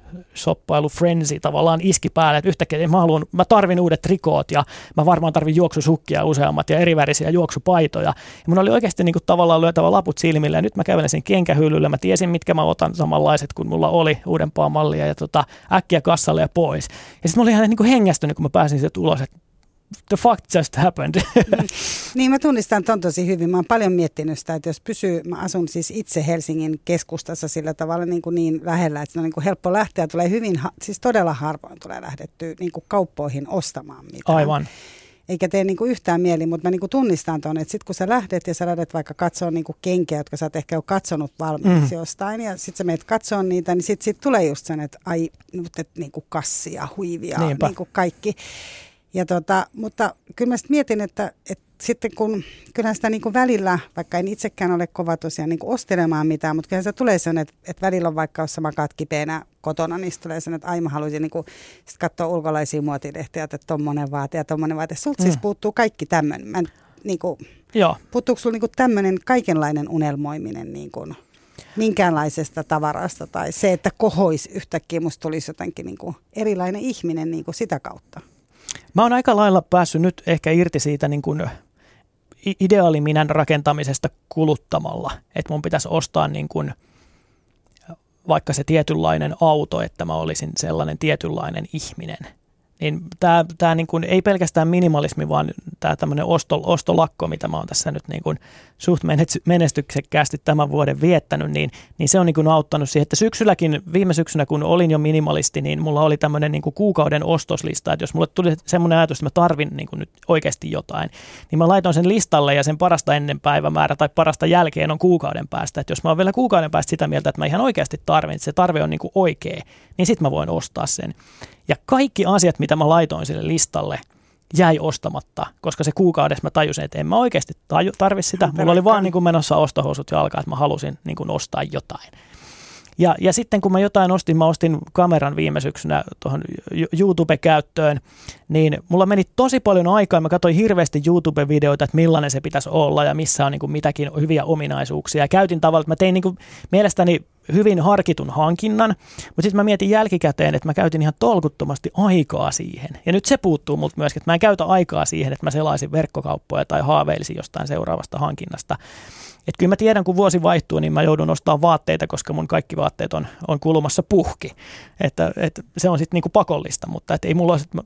Speaker 1: shoppailu frenzy tavallaan iski päälle, että yhtäkkiä mä, haluan, mä tarvin uudet trikoot ja mä varmaan tarvin juoksusukkia useammat ja erivärisiä juoksupaitoja. Ja mun oli oikeasti niin kuin tavallaan lyötävä laput silmille ja nyt mä kävelen sen kenkähyllyllä, mä tiesin mitkä mä otan samanlaiset kuin mulla oli uudempaa mallia ja tota, äkkiä kassalle ja pois. Ja sitten mä olin ihan niin kuin hengästynyt, kun mä pääsin sieltä ulos, että the fuck just happened.
Speaker 2: Mm. Niin mä tunnistan ton tosi hyvin. Mä oon paljon miettinyt sitä, että jos pysyy, mä asun siis itse Helsingin keskustassa sillä tavalla niin, kuin niin lähellä, että se on niin kuin helppo lähteä. Tulee hyvin, siis todella harvoin tulee lähdettyä niin kuin kauppoihin ostamaan mitään.
Speaker 1: Aivan.
Speaker 2: Eikä tee niin kuin yhtään mieli, mutta mä niin kuin tunnistan ton, että sit kun sä lähdet ja sä lähdet vaikka katsoa niin kuin kenkiä, jotka sä oot ehkä jo katsonut valmiiksi mm. jostain, ja sit sä meet katsoa niitä, niin sit, sit tulee just sen, että ai, nyt niin kuin kassia, huivia, niin kuin kaikki. Ja tota, mutta kyllä mä sitten mietin, että, että sitten kun kyllähän sitä niin kuin välillä, vaikka en itsekään ole kova tosiaan niin kuin ostelemaan mitään, mutta kyllähän se tulee sen, että, että välillä on vaikka, jos sä makaat kipeänä kotona, niin tulee sen, että ai mä haluaisin niin kuin sit katsoa ulkolaisia muotilehtiä, että tommonen vaate ja tommonen vaate. Sulta mm. siis puuttuu kaikki tämmöinen. Mä, niin kuin, puuttuuko sulla niin kuin tämmöinen kaikenlainen unelmoiminen niin kuin minkäänlaisesta tavarasta tai se, että kohoisi yhtäkkiä, musta tulisi jotenkin niin kuin erilainen ihminen niin kuin sitä kautta?
Speaker 1: Mä oon aika lailla päässyt nyt ehkä irti siitä niin kuin ideaaliminän rakentamisesta kuluttamalla, että mun pitäisi ostaa niin kuin vaikka se tietynlainen auto, että mä olisin sellainen tietynlainen ihminen. Niin tää, tää niin kuin ei pelkästään minimalismi, vaan tämä tämmöinen osto, ostolakko, mitä mä oon tässä nyt niin kuin suht menestyksekkäästi tämän vuoden viettänyt, niin, niin se on niin kuin auttanut siihen, että syksylläkin, viime syksynä kun olin jo minimalisti, niin mulla oli tämmöinen niin kuin kuukauden ostoslista, että jos mulle tuli semmoinen ajatus, että mä tarvin niin kuin nyt oikeasti jotain, niin mä laitoin sen listalle ja sen parasta ennen päivämäärä tai parasta jälkeen on kuukauden päästä, että jos mä oon vielä kuukauden päästä sitä mieltä, että mä ihan oikeasti tarvin, että se tarve on niin kuin oikea, niin sit mä voin ostaa sen. Ja kaikki asiat, mitä mä laitoin sille listalle, jäi ostamatta, koska se kuukaudessa mä tajusin, että en mä oikeasti taju, tarvi sitä. Mulla oli vaan niin kuin menossa ostohousut jalkaan, että mä halusin niin kuin ostaa jotain. Ja, ja sitten kun mä jotain ostin, mä ostin kameran viime syksynä tuohon YouTube-käyttöön, niin mulla meni tosi paljon aikaa. Mä katsoin hirveästi YouTube-videoita, että millainen se pitäisi olla ja missä on niin kuin mitäkin hyviä ominaisuuksia. Ja käytin tavallaan, että mä tein niin kuin mielestäni hyvin harkitun hankinnan, mutta sitten mä mietin jälkikäteen, että mä käytin ihan tolkuttomasti aikaa siihen. Ja nyt se puuttuu multa myöskin, että mä en käytä aikaa siihen, että mä selaisin verkkokauppoja tai haaveilisin jostain seuraavasta hankinnasta. Että kyllä mä tiedän, kun vuosi vaihtuu, niin mä joudun ostamaan vaatteita, koska mun kaikki vaatteet on, on kulumassa puhki. Että, että se on sitten niinku pakollista, mutta et ei mulla ole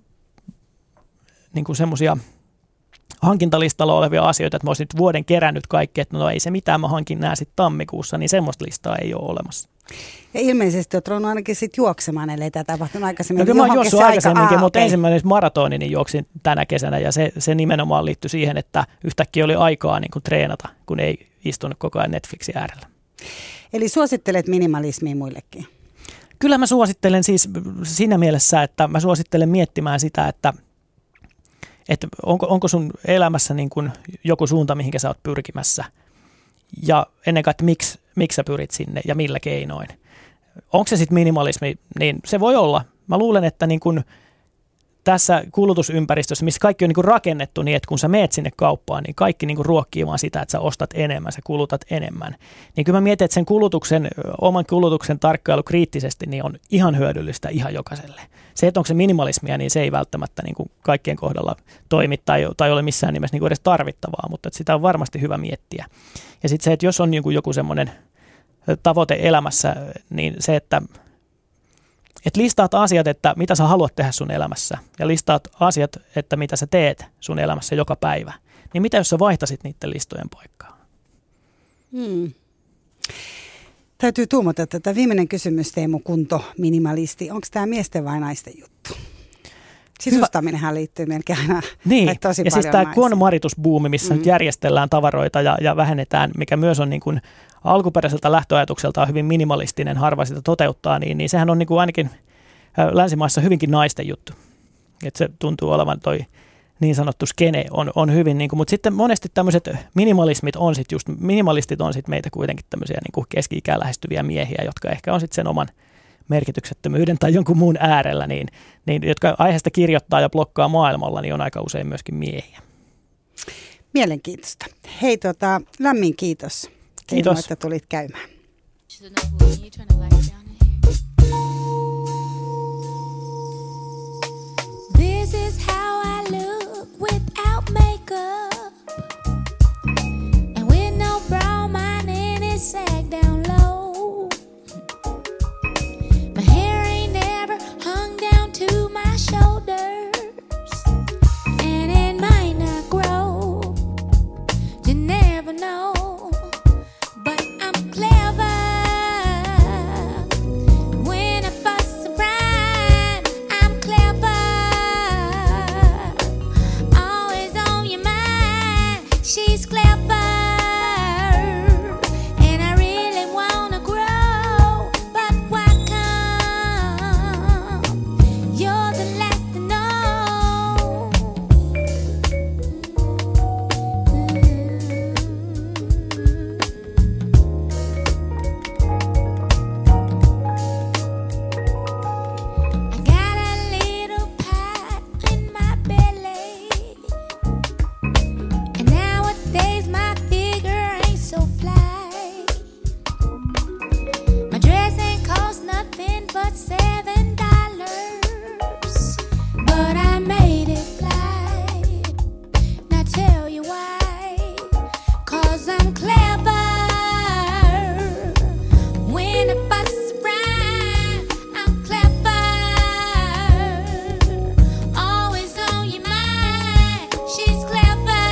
Speaker 1: niinku semmoisia hankintalistalla olevia asioita, että mä olisin nyt vuoden kerännyt kaikki, että no ei se mitään, mä hankin nää sitten tammikuussa, niin semmoista listaa ei ole olemassa. Ja
Speaker 2: ilmeisesti olet ruvennut ainakin sitten juoksemaan, ellei tämä tapahtunut aikaisemmin.
Speaker 1: No kyllä mä oon juossut aikaisemminkin, mutta okay. Ensimmäinen maratonini juoksin tänä kesänä ja se, se nimenomaan liittyi siihen, että yhtäkkiä oli aikaa niin kuin treenata, kun ei istunut koko ajan Netflixin äärellä.
Speaker 2: Eli suosittelet minimalismia muillekin?
Speaker 1: Kyllä mä suosittelen siis siinä mielessä, että mä suosittelen miettimään sitä, että että onko, onko sun elämässä niin kuin joku suunta, mihinkä sä oot pyrkimässä ja ennen kaikkea, miksi, miksi sä pyrit sinne ja millä keinoin. Onko se sitten minimalismi, niin se voi olla. Mä luulen, että niin kuin tässä kulutusympäristössä, missä kaikki on niin kuin rakennettu niin, että kun sä meet sinne kauppaan, niin kaikki niin kuin ruokkii vaan sitä, että sä ostat enemmän, sä kulutat enemmän. Niin kyllä mä mietin, että sen kulutuksen, oman kulutuksen tarkkailu kriittisesti niin on ihan hyödyllistä ihan jokaiselle. Se, että onko se minimalismia, niin se ei välttämättä niin kuin kaikkien kohdalla toimi tai, tai ole missään nimessä niin kuin edes tarvittavaa, mutta että sitä on varmasti hyvä miettiä. Ja sitten se, että jos on joku, joku semmoinen tavoite elämässä, niin se, että Että listaat asiat, että mitä sä haluat tehdä sun elämässä ja listaat asiat, että mitä sä teet sun elämässä joka päivä. Niin mitä jos sä vaihtasit niiden listojen paikkaa?
Speaker 2: Hmm. Täytyy tuumata tätä. Viimeinen kysymys, Teemu Kunto, minimalisti. Onko tämä miesten vai naisten juttu? Sisustaminenhän liittyy melkein aina
Speaker 1: niin.
Speaker 2: tosi
Speaker 1: ja
Speaker 2: paljon
Speaker 1: siis tämä
Speaker 2: naisiin.
Speaker 1: konmaritusbuumi, missä mm. nyt järjestellään tavaroita ja, ja vähennetään, mikä myös on niin kuin alkuperäiseltä lähtöajatukselta hyvin minimalistinen, harva sitä toteuttaa, niin, niin sehän on niin kuin ainakin länsimaissa hyvinkin naisten juttu. Että se tuntuu olevan toi niin sanottu skene on, on hyvin, niin kuin, mutta sitten monesti tämmöiset minimalismit on sitten just, minimalistit on sitten meitä kuitenkin tämmöisiä niin kuin keski-ikään lähestyviä miehiä, jotka ehkä on sitten sen oman merkityksettömyyden tai jonkun muun äärellä, niin, niin jotka aiheesta kirjoittaa ja blokkaa maailmalla, niin on aika usein myöskin miehiä.
Speaker 2: Mielenkiintoista. Hei, tota, lämmin kiitos.
Speaker 1: Kiitos.
Speaker 2: Teemu, että tulit käymään.
Speaker 5: This is how I look without makeup, and with no brow, my name is sag down low. My hair ain't never hung down to my shoulders, and it might not grow, you never know. But I'm clever. When I fuss around, I'm clever. Always on your mind, she's clever. And I really wanna grow, but why come? You're the last to know. I got a little pot in my belly, and nowadays my figure ain't so fly. My dress ain't cost nothing but seven dollars, but I made it fly. Now tell you why? 'Cause I'm clever. When I fuss around, I'm clever. Always on your mind, she's clever.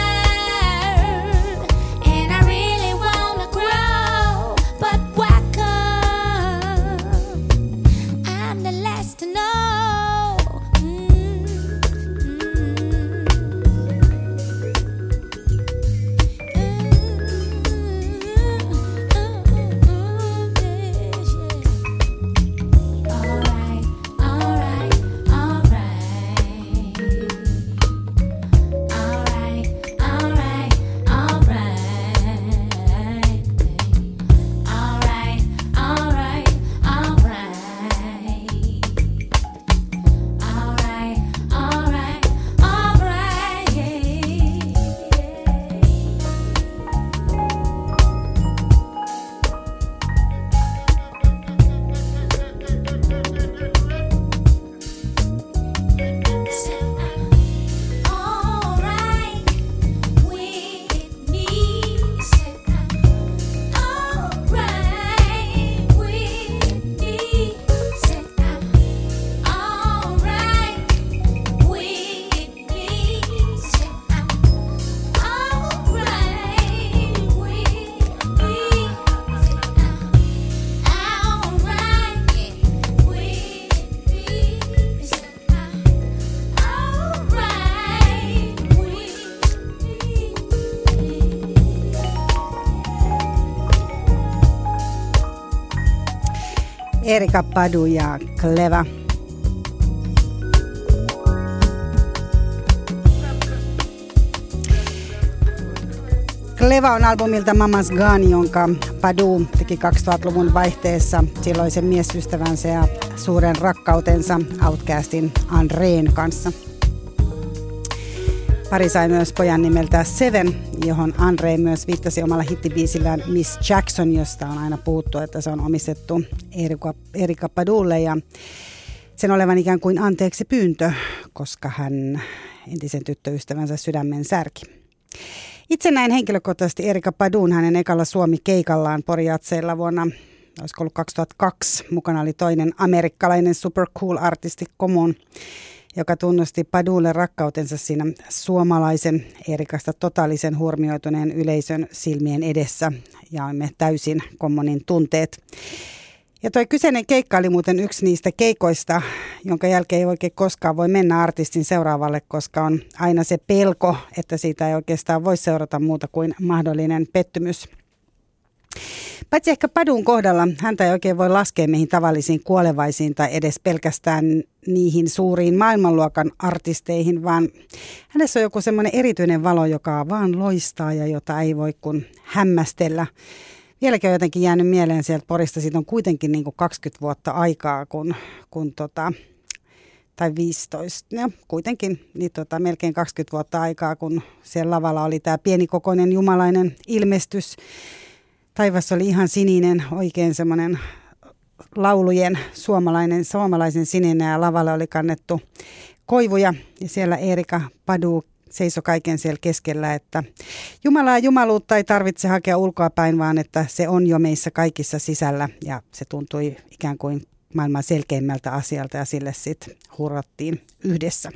Speaker 5: And I really wanna grow, but why come? I'm the last to know. Alright, alright, alright. Alright, alright, alright. Alright, alright, alright. Alright, alright, alright. Alright with me. Alright with me. Alright with me. Alright with me. Alright with me.
Speaker 2: Erykka Badu ja Clever. Clever on albumilta Mama's Gun, jonka Badu teki kaksituhattaluvun vaihteessa silloisen miesystävänsä ja suuren rakkautensa Outcastin Andreen kanssa. Pari sai myös pojan nimeltä Seven, johon Andre myös viittasi omalla hittibiisillään Miss Jackson, josta on aina puhuttu, että se on omistettu Erykka, Erykka Badulle ja sen olevan ikään kuin anteeksi pyyntö, koska hän entisen tyttöystävänsä sydämen särki. Itse näin henkilökohtaisesti Erykka Badun hänen ekalla Suomi-keikallaan Pori-Jatseilla vuonna, olisiko ollut kaksituhattakaksi. Mukana oli toinen amerikkalainen super cool artisti Common, joka tunnusti Badulle rakkautensa siinä suomalaisen Erykasta totaalisen huomioituneen yleisön silmien edessä. Jaimme täysin Commonin tunteet. Ja toi kyseinen keikka oli muuten yksi niistä keikoista, jonka jälkeen ei oikein koskaan voi mennä artistin seuraavalle, koska on aina se pelko, että siitä ei oikeastaan voi seurata muuta kuin mahdollinen pettymys. Paitsi ehkä Badun kohdalla häntä ei oikein voi laskea meihin tavallisiin kuolevaisiin tai edes pelkästään niihin suuriin maailmanluokan artisteihin, vaan hänessä on joku semmoinen erityinen valo, joka vaan loistaa ja jota ei voi kuin hämmästellä. Vieläkin on jotenkin jäänyt mieleen sieltä Porista, siitä on kuitenkin niin kuin kaksikymmentä vuotta aikaa, kun, kun tota, tai viisitoista, no kuitenkin niin tota, melkein kaksikymmentä vuotta aikaa, kun siellä lavalla oli tämä pienikokoinen jumalainen ilmestys. Taivas oli ihan sininen, oikein semmoinen laulujen suomalainen, suomalaisen sininen ja lavalle oli kannettu koivuja ja siellä Erika Badu seisoi kaiken siellä keskellä, että Jumalaa jumaluutta ei tarvitse hakea ulkoapäin, vaan että se on jo meissä kaikissa sisällä ja se tuntui ikään kuin maailman selkeimmältä asialta ja sille sitten hurrattiin yhdessä.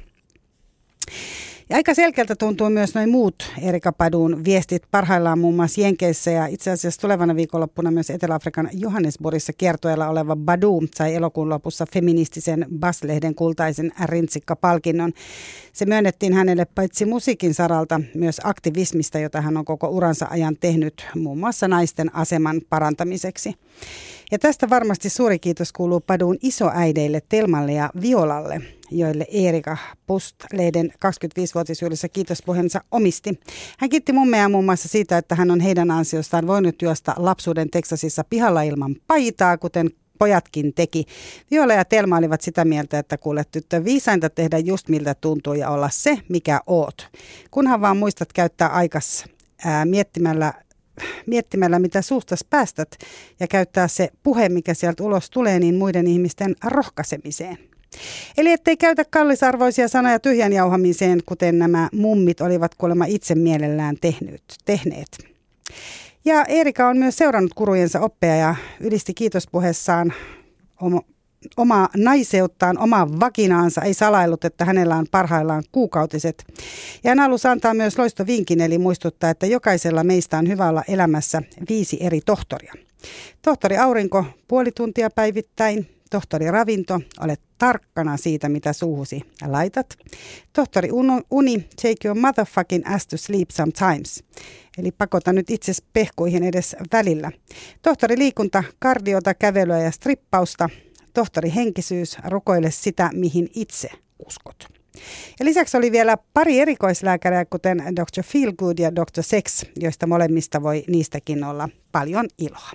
Speaker 2: Ja aika selkeältä tuntuu myös noin muut Erika Badun viestit parhaillaan muun muassa Jenkeissä ja itse asiassa tulevana viikonloppuna myös Etelä-Afrikan Johannesburgissa kiertueella oleva Badu sai elokuun lopussa feministisen Bas-lehden kultaisen rintsikka-palkinnon. Se myönnettiin hänelle paitsi musiikin saralta myös aktivismista, jota hän on koko uransa ajan tehnyt muun muassa naisten aseman parantamiseksi. Ja tästä varmasti suuri kiitos kuuluu Badun isoäideille Telmalle ja Violalle, joille Erika Bas-lehden kaksikymmentäviisivuotisjuhlissa kiitospuheensa omisti. Hän kiitti mummeja muun muassa siitä, että hän on heidän ansiostaan voinut juosta lapsuuden Teksasissa pihalla ilman paitaa, kuten pojatkin teki. Viola ja Telma olivat sitä mieltä, että kuule tyttö, viisainta tehdä just miltä tuntuu ja olla se, mikä oot. Kunhan vaan muistat käyttää aikas ää, miettimällä miettimällä, mitä suustas päästät ja käyttää se puhe, mikä sieltä ulos tulee, niin muiden ihmisten rohkaisemiseen. Eli ettei käytä kallisarvoisia sanoja tyhjän jauhamiseen, kuten nämä mummit olivat kuulemma itse mielellään tehnyt, tehneet. Ja Erika on myös seurannut kurujensa oppeja ja ylisti kiitospuheessaan oma, omaa naiseuttaan, omaa vakinaansa, ei salaillut, että hänellä on parhaillaan kuukautiset. Ja hän halusi antaa myös loistovinkin, eli muistuttaa, että jokaisella meistä on hyvä olla elämässä viisi eri tohtoria. Tohtori Aurinko, puoli tuntia päivittäin. Tohtori Ravinto, olet tarkkana siitä, mitä suuhusi laitat. Tohtori Uni, take your motherfucking ass to sleep sometimes. Eli pakota nyt itsesi pehkuihin edes välillä. Tohtori Liikunta, kardiota, kävelyä ja strippausta. Tohtori Henkisyys, rukoile sitä, mihin itse uskot. Ja lisäksi oli vielä pari erikoislääkäriä, kuten doktor Feelgood ja doktor Sex, joista molemmista voi niistäkin olla paljon iloa.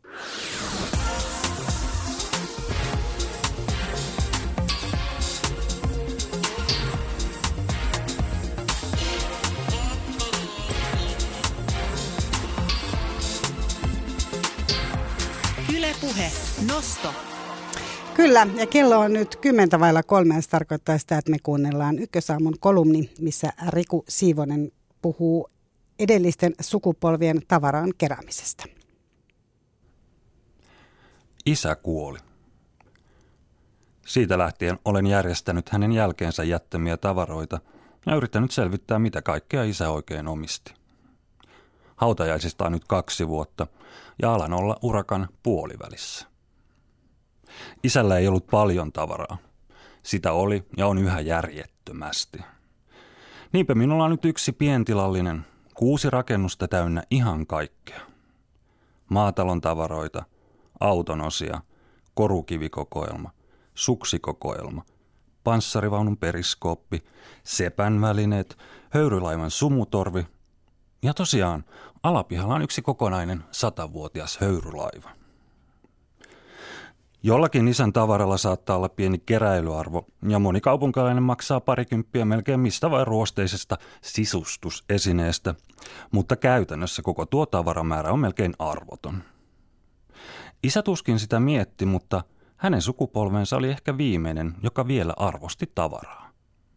Speaker 6: Yle Puhe. Nosto.
Speaker 2: Kyllä, ja kello on nyt kymmentä vailla kolme. Se tarkoittaa sitä, että me kuunnellaan Ykkösaamun kolumni, missä Riku Siivonen puhuu edellisten sukupolvien tavaraan keräämisestä.
Speaker 7: Isä kuoli. Siitä lähtien olen järjestänyt hänen jälkeensä jättämiä tavaroita ja yrittänyt selvittää, mitä kaikkea isä oikein omisti. Hautajaisista on nyt kaksi vuotta ja alan olla urakan puolivälissä. Isällä ei ollut paljon tavaraa. Sitä oli ja on yhä järjettömästi. Niinpä minulla on nyt yksi pientilallinen, kuusi rakennusta täynnä ihan kaikkea. Maatalon tavaroita, auton osia, korukivikokoelma, suksikokoelma, panssarivaunun periskooppi, sepän välineet, höyrylaivan sumutorvi ja tosiaan alapihalla on yksi kokonainen satavuotias höyrylaiva. Jollakin isän tavaralla saattaa olla pieni keräilyarvo ja moni kaupunkilainen maksaa parikymppiä melkein mistä vain ruosteisesta sisustusesineestä, mutta käytännössä koko tuo tavaramäärä on melkein arvoton. Isä tuskin sitä mietti, mutta hänen sukupolvensa oli ehkä viimeinen, joka vielä arvosti tavaraa.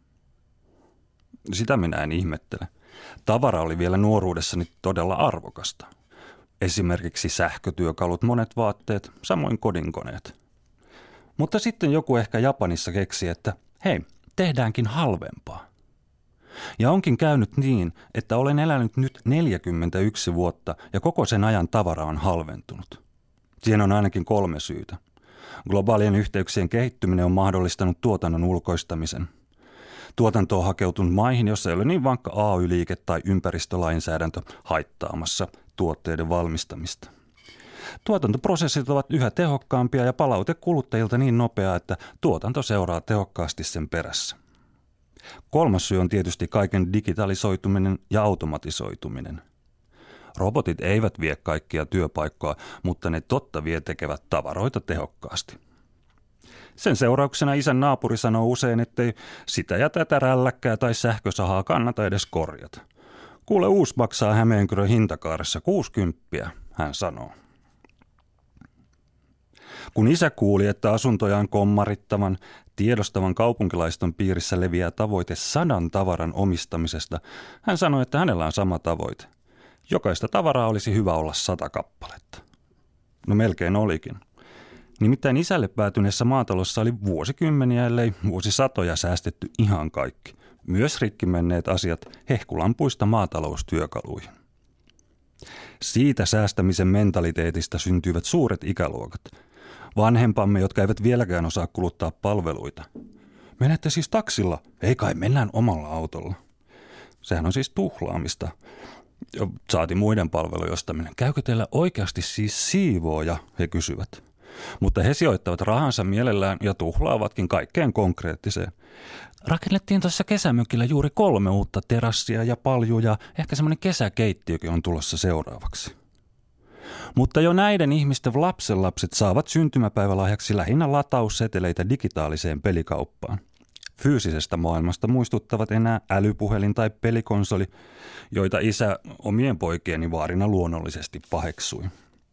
Speaker 7: Sitä minä en ihmettele. Tavara oli vielä nuoruudessani todella arvokasta. Esimerkiksi sähkötyökalut, monet vaatteet, samoin kodinkoneet. Mutta sitten joku ehkä Japanissa keksi, että hei, tehdäänkin halvempaa. Ja onkin käynyt niin, että olen elänyt nyt neljäkymmentäyksi vuotta ja koko sen ajan tavara on halventunut. Siihen on ainakin kolme syytä. Globaalien yhteyksien kehittyminen on mahdollistanut tuotannon ulkoistamisen. Tuotanto on hakeutunut maihin, jossa ei ole niin vankka A Y-liike tai ympäristölainsäädäntö haittaamassa tuotteiden valmistamista. Tuotantoprosessit ovat yhä tehokkaampia ja palaute kuluttajilta niin nopeaa, että tuotanto seuraa tehokkaasti sen perässä. Kolmas syy on tietysti kaiken digitalisoituminen ja automatisoituminen. Robotit eivät vie kaikkia työpaikkoja, mutta ne totta vie tekevät tavaroita tehokkaasti. Sen seurauksena isän naapuri sanoo usein, ettei sitä ja tätä rälläkkää tai sähkösahaa kannata edes korjata. Kuule, uusi maksaa Hämeenkyrön hintakaaressa kuusikymppiä, hän sanoo. Kun isä kuuli, että asuntojaan kommarittavan, Tiedostavan kaupunkilaiston piirissä leviää tavoite sadan tavaran omistamisesta. Hän sanoi, että hänellä on sama tavoite. Jokaista tavaraa olisi hyvä olla sata kappaletta. No melkein olikin. Nimittäin isälle päätyneessä maatalossa oli vuosikymmeniä, ellei vuosisatoja säästetty ihan kaikki. Myös rikki menneet asiat hehkulampuista maataloustyökaluihin. Siitä säästämisen mentaliteetista syntyivät suuret ikäluokat. Vanhempamme, jotka eivät vieläkään osaa kuluttaa palveluita. Menette siis taksilla? Ei kai, mennään omalla autolla. Sehän on siis tuhlaamista. Saati muiden palvelujen ostaminen. Käykö teillä oikeasti siis siivooja, he kysyvät. Mutta he sijoittavat rahansa mielellään ja tuhlaavatkin kaikkeen konkreettiseen. Rakennettiin tuossa kesämökillä juuri kolme uutta terassia ja paljuja. Ehkä semmoinen kesäkeittiökin on tulossa seuraavaksi. Mutta jo näiden ihmisten lapsenlapset saavat syntymäpäivälahjaksi lähinnä latausseteleitä digitaaliseen pelikauppaan. Fyysisestä maailmasta muistuttavat enää älypuhelin tai pelikonsoli, joita isä omien poikieni vaarina luonnollisesti paheksui.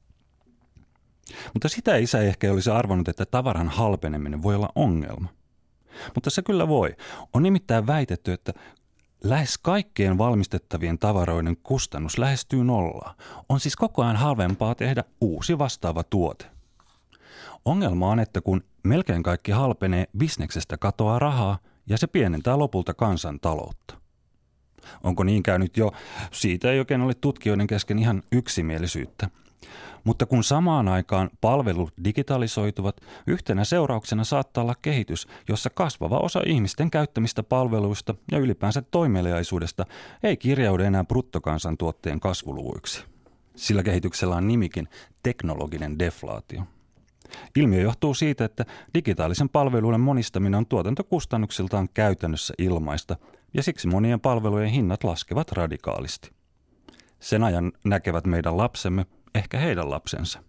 Speaker 7: Mutta sitä isä ehkä olisi arvannut, että tavaran halpeneminen voi olla ongelma. Mutta se kyllä voi. On nimittäin väitetty, että lähes kaikkien valmistettavien tavaroiden kustannus lähestyy nollaa. On siis koko ajan halvempaa tehdä uusi vastaava tuote. Ongelma on, että kun melkein kaikki halpenee, bisneksestä katoaa rahaa ja se pienentää lopulta kansantaloutta. Onko niin käynyt jo? Siitä ei oikein ole tutkijoiden kesken ihan yksimielisyyttä. Mutta kun samaan aikaan palvelut digitalisoituvat, yhtenä seurauksena saattaa olla kehitys, jossa kasvava osa ihmisten käyttämistä palveluista ja ylipäänsä toimeliaisuudesta ei kirjaudu enää bruttokansantuotteen kasvuluvuiksi. Sillä kehityksellä on nimikin teknologinen deflaatio. Ilmiö johtuu siitä, että digitaalisen palveluiden monistaminen on tuotantokustannuksiltaan käytännössä ilmaista ja siksi monien palvelujen hinnat laskevat radikaalisti. Sen ajan näkevät meidän lapsemme, ehkä heidän lapsensa.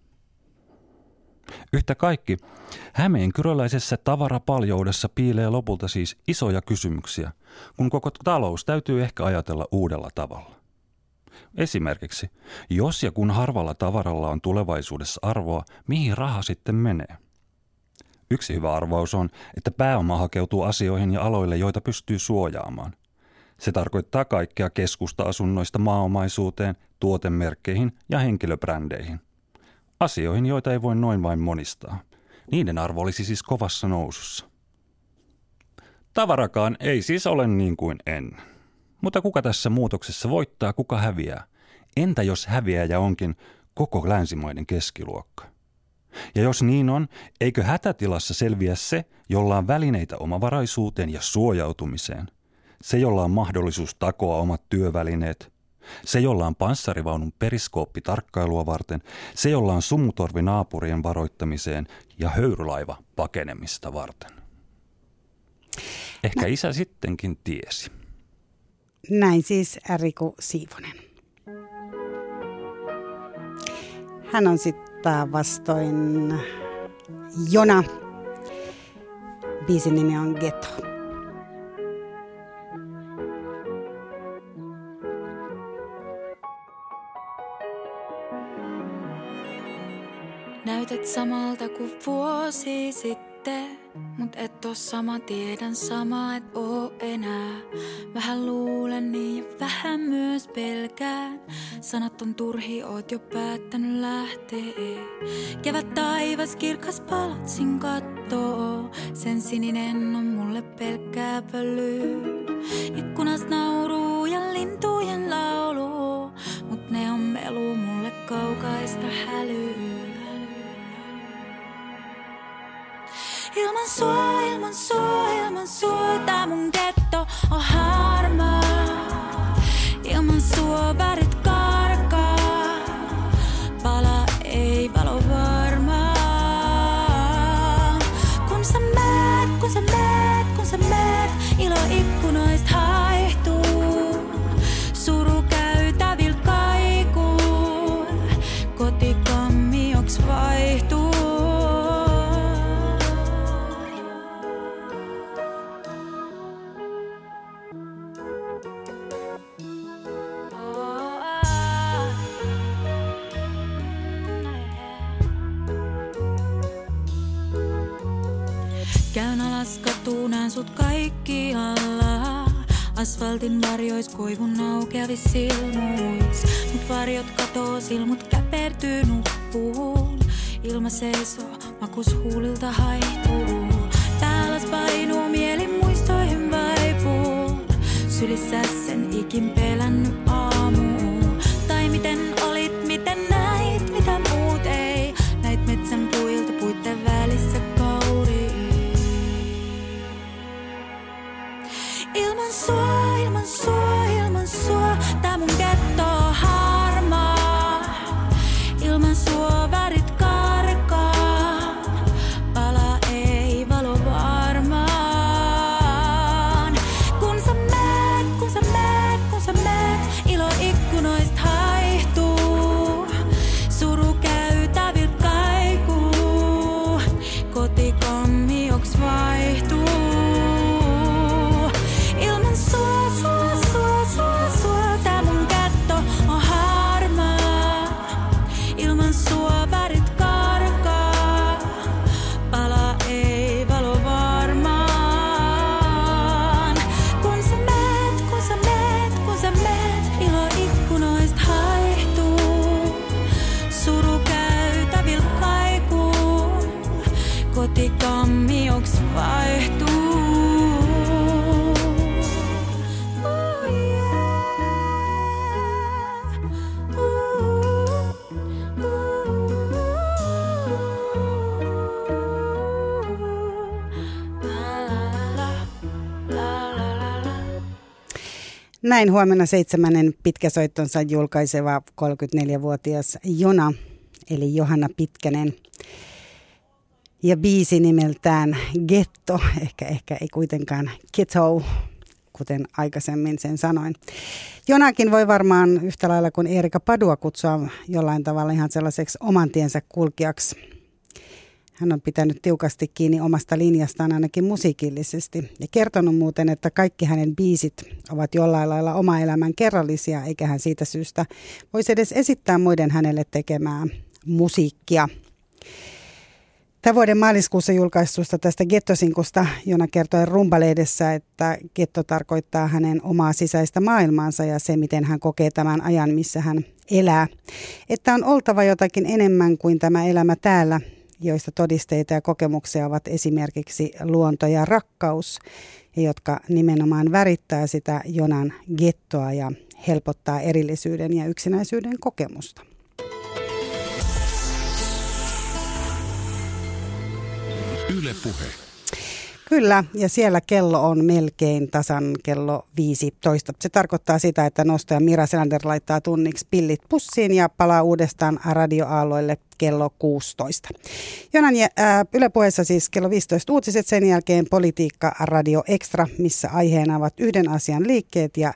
Speaker 7: Yhtä kaikki, hämeenkyröläisessä tavarapaljoudessa piilee lopulta siis isoja kysymyksiä, kun koko talous täytyy ehkä ajatella uudella tavalla. Esimerkiksi, jos ja kun harvalla tavaralla on tulevaisuudessa arvoa, mihin raha sitten menee? Yksi hyvä arvaus on, että pääoma hakeutuu asioihin ja aloille, joita pystyy suojaamaan. Se tarkoittaa kaikkea keskusta-asunnoista maaomaisuuteen, tuotemerkkeihin ja henkilöbrändeihin. Asioihin, joita ei voi noin vain monistaa. Niiden arvo olisi siis kovassa nousussa. Tavarakaan ei siis ole niin kuin ennen. Mutta kuka tässä muutoksessa voittaa, kuka häviää? Entä jos häviäjä onkin koko länsimaiden keskiluokka? Ja jos niin on, eikö hätätilassa selviä se, jolla on välineitä omavaraisuuteen ja suojautumiseen? Se, jolla on mahdollisuus takoa omat työvälineet. Se, jolla on panssarivaunun periskooppi tarkkailua varten. Se, jolla on sumutorvi naapurien varoittamiseen ja höyrylaiva pakenemista varten. Ehkä isä sittenkin tiesi.
Speaker 2: Näin siis Riku Siivonen. Hän on sitten vastoin Jona. Biisin nimi on Ghetto.
Speaker 5: Näytät samalta kuin vuosi sitten, mut et oo sama, tiedän sama, et oo enää. Vähän luulen niin ja vähän myös pelkään. Sanat on turhi, oot jo päättänyt lähtee. Kevät taivas kirkas palatsin kattoo. Sen sininen on mulle pelkkää pölyä. Ikkunas nauruu ja lintujen laulu, mut ne on melu mulle kaukaista hälyä. Ilman sua, ilman sua, ilman sua, tää mun ghetto on harmaa. Ilman sua värit karkaa, pala ei valo varmaa. Kun sä meet, kun sä meet, kun sä meet, ilo ikkunoista haihtuu. Suru käytävil kaikuu, kotikammioks vaihtuu. katuu, näen sut kaikkialla. Asfaltin varjois koivun aukeavis silmuis. Mut varjot katoo, silmut käpertyy nuppuun. Ilma seisoo, makus huulilta haihtuu. Pääläs painuu, mieli muistoihin vaipuu. Sylissä sen ikin pelännyt aamu. Tai miten olit, miten näit, mitä muut ei. Näit metsän puilta puitten välissä kauri. Ilman sua, ilman sua, ilman sua, tää mun getto on harmaa. Ilman sua värit karkaa, pala ei valo varmaan. Kun sä meet, kun sä meet, kun sä meet, ilo ikkunoist haihtuu. Suru käytävil kaikuu, kotikammioks vaihtuu. Ilman sua, sua, sua, sua, sua, tää mun kätto on harmaa. Ilman sua värit karkaa, pala ei valo varmaan. Kun sä meet, kun sä meet, kun sä meet, ilo ikkunoist haihtuu. Suru käytävil kaikuu, kotikammioks vaihtuu. Oh yeah. Ooh. Ooh. La la la la la la.
Speaker 2: Näin huomenna seitsemännen pitkäsoittonsa julkaiseva kolmekymmentäneljävuotias Jona, eli Johanna Pitkänen. Ja biisi nimeltään Getto, ehkä, ehkä ei kuitenkaan Ghetto, kuten aikaisemmin sen sanoin. Jonakin voi varmaan yhtä lailla kuin Erika Padua kutsua jollain tavalla ihan sellaiseksi oman tiensä kulkijaksi. Hän on pitänyt tiukasti kiinni omasta linjastaan ainakin musiikillisesti ja kertonut muuten, että kaikki hänen biisit ovat jollain lailla oma elämän kerrallisia, eikä hän siitä syystä voisi edes esittää muiden hänelle tekemää musiikkia. Tämän vuoden maaliskuussa julkaistusta tästä Gettosinkusta Jona kertoi Rumba-lehdessä, että getto tarkoittaa hänen omaa sisäistä maailmaansa ja se, miten hän kokee tämän ajan, missä hän elää. Että on oltava jotakin enemmän kuin tämä elämä täällä, joista todisteita ja kokemuksia ovat esimerkiksi luonto ja rakkaus, jotka nimenomaan värittää sitä Jonan gettoa ja helpottaa erillisyyden ja yksinäisyyden kokemusta.
Speaker 8: Yle Puhe.
Speaker 2: Kyllä, ja siellä kello on melkein tasan kello viisitoista. Se tarkoittaa sitä, että nostaja Mira Selander laittaa tunniksi pillit pussiin ja palaa uudestaan radioaalloille kello kuusitoista. Jonan ää, Yle Puheessa siis kello viisitoista uutiset, sen jälkeen Politiikka Radio Extra, missä aiheena ovat yhden asian liikkeet ja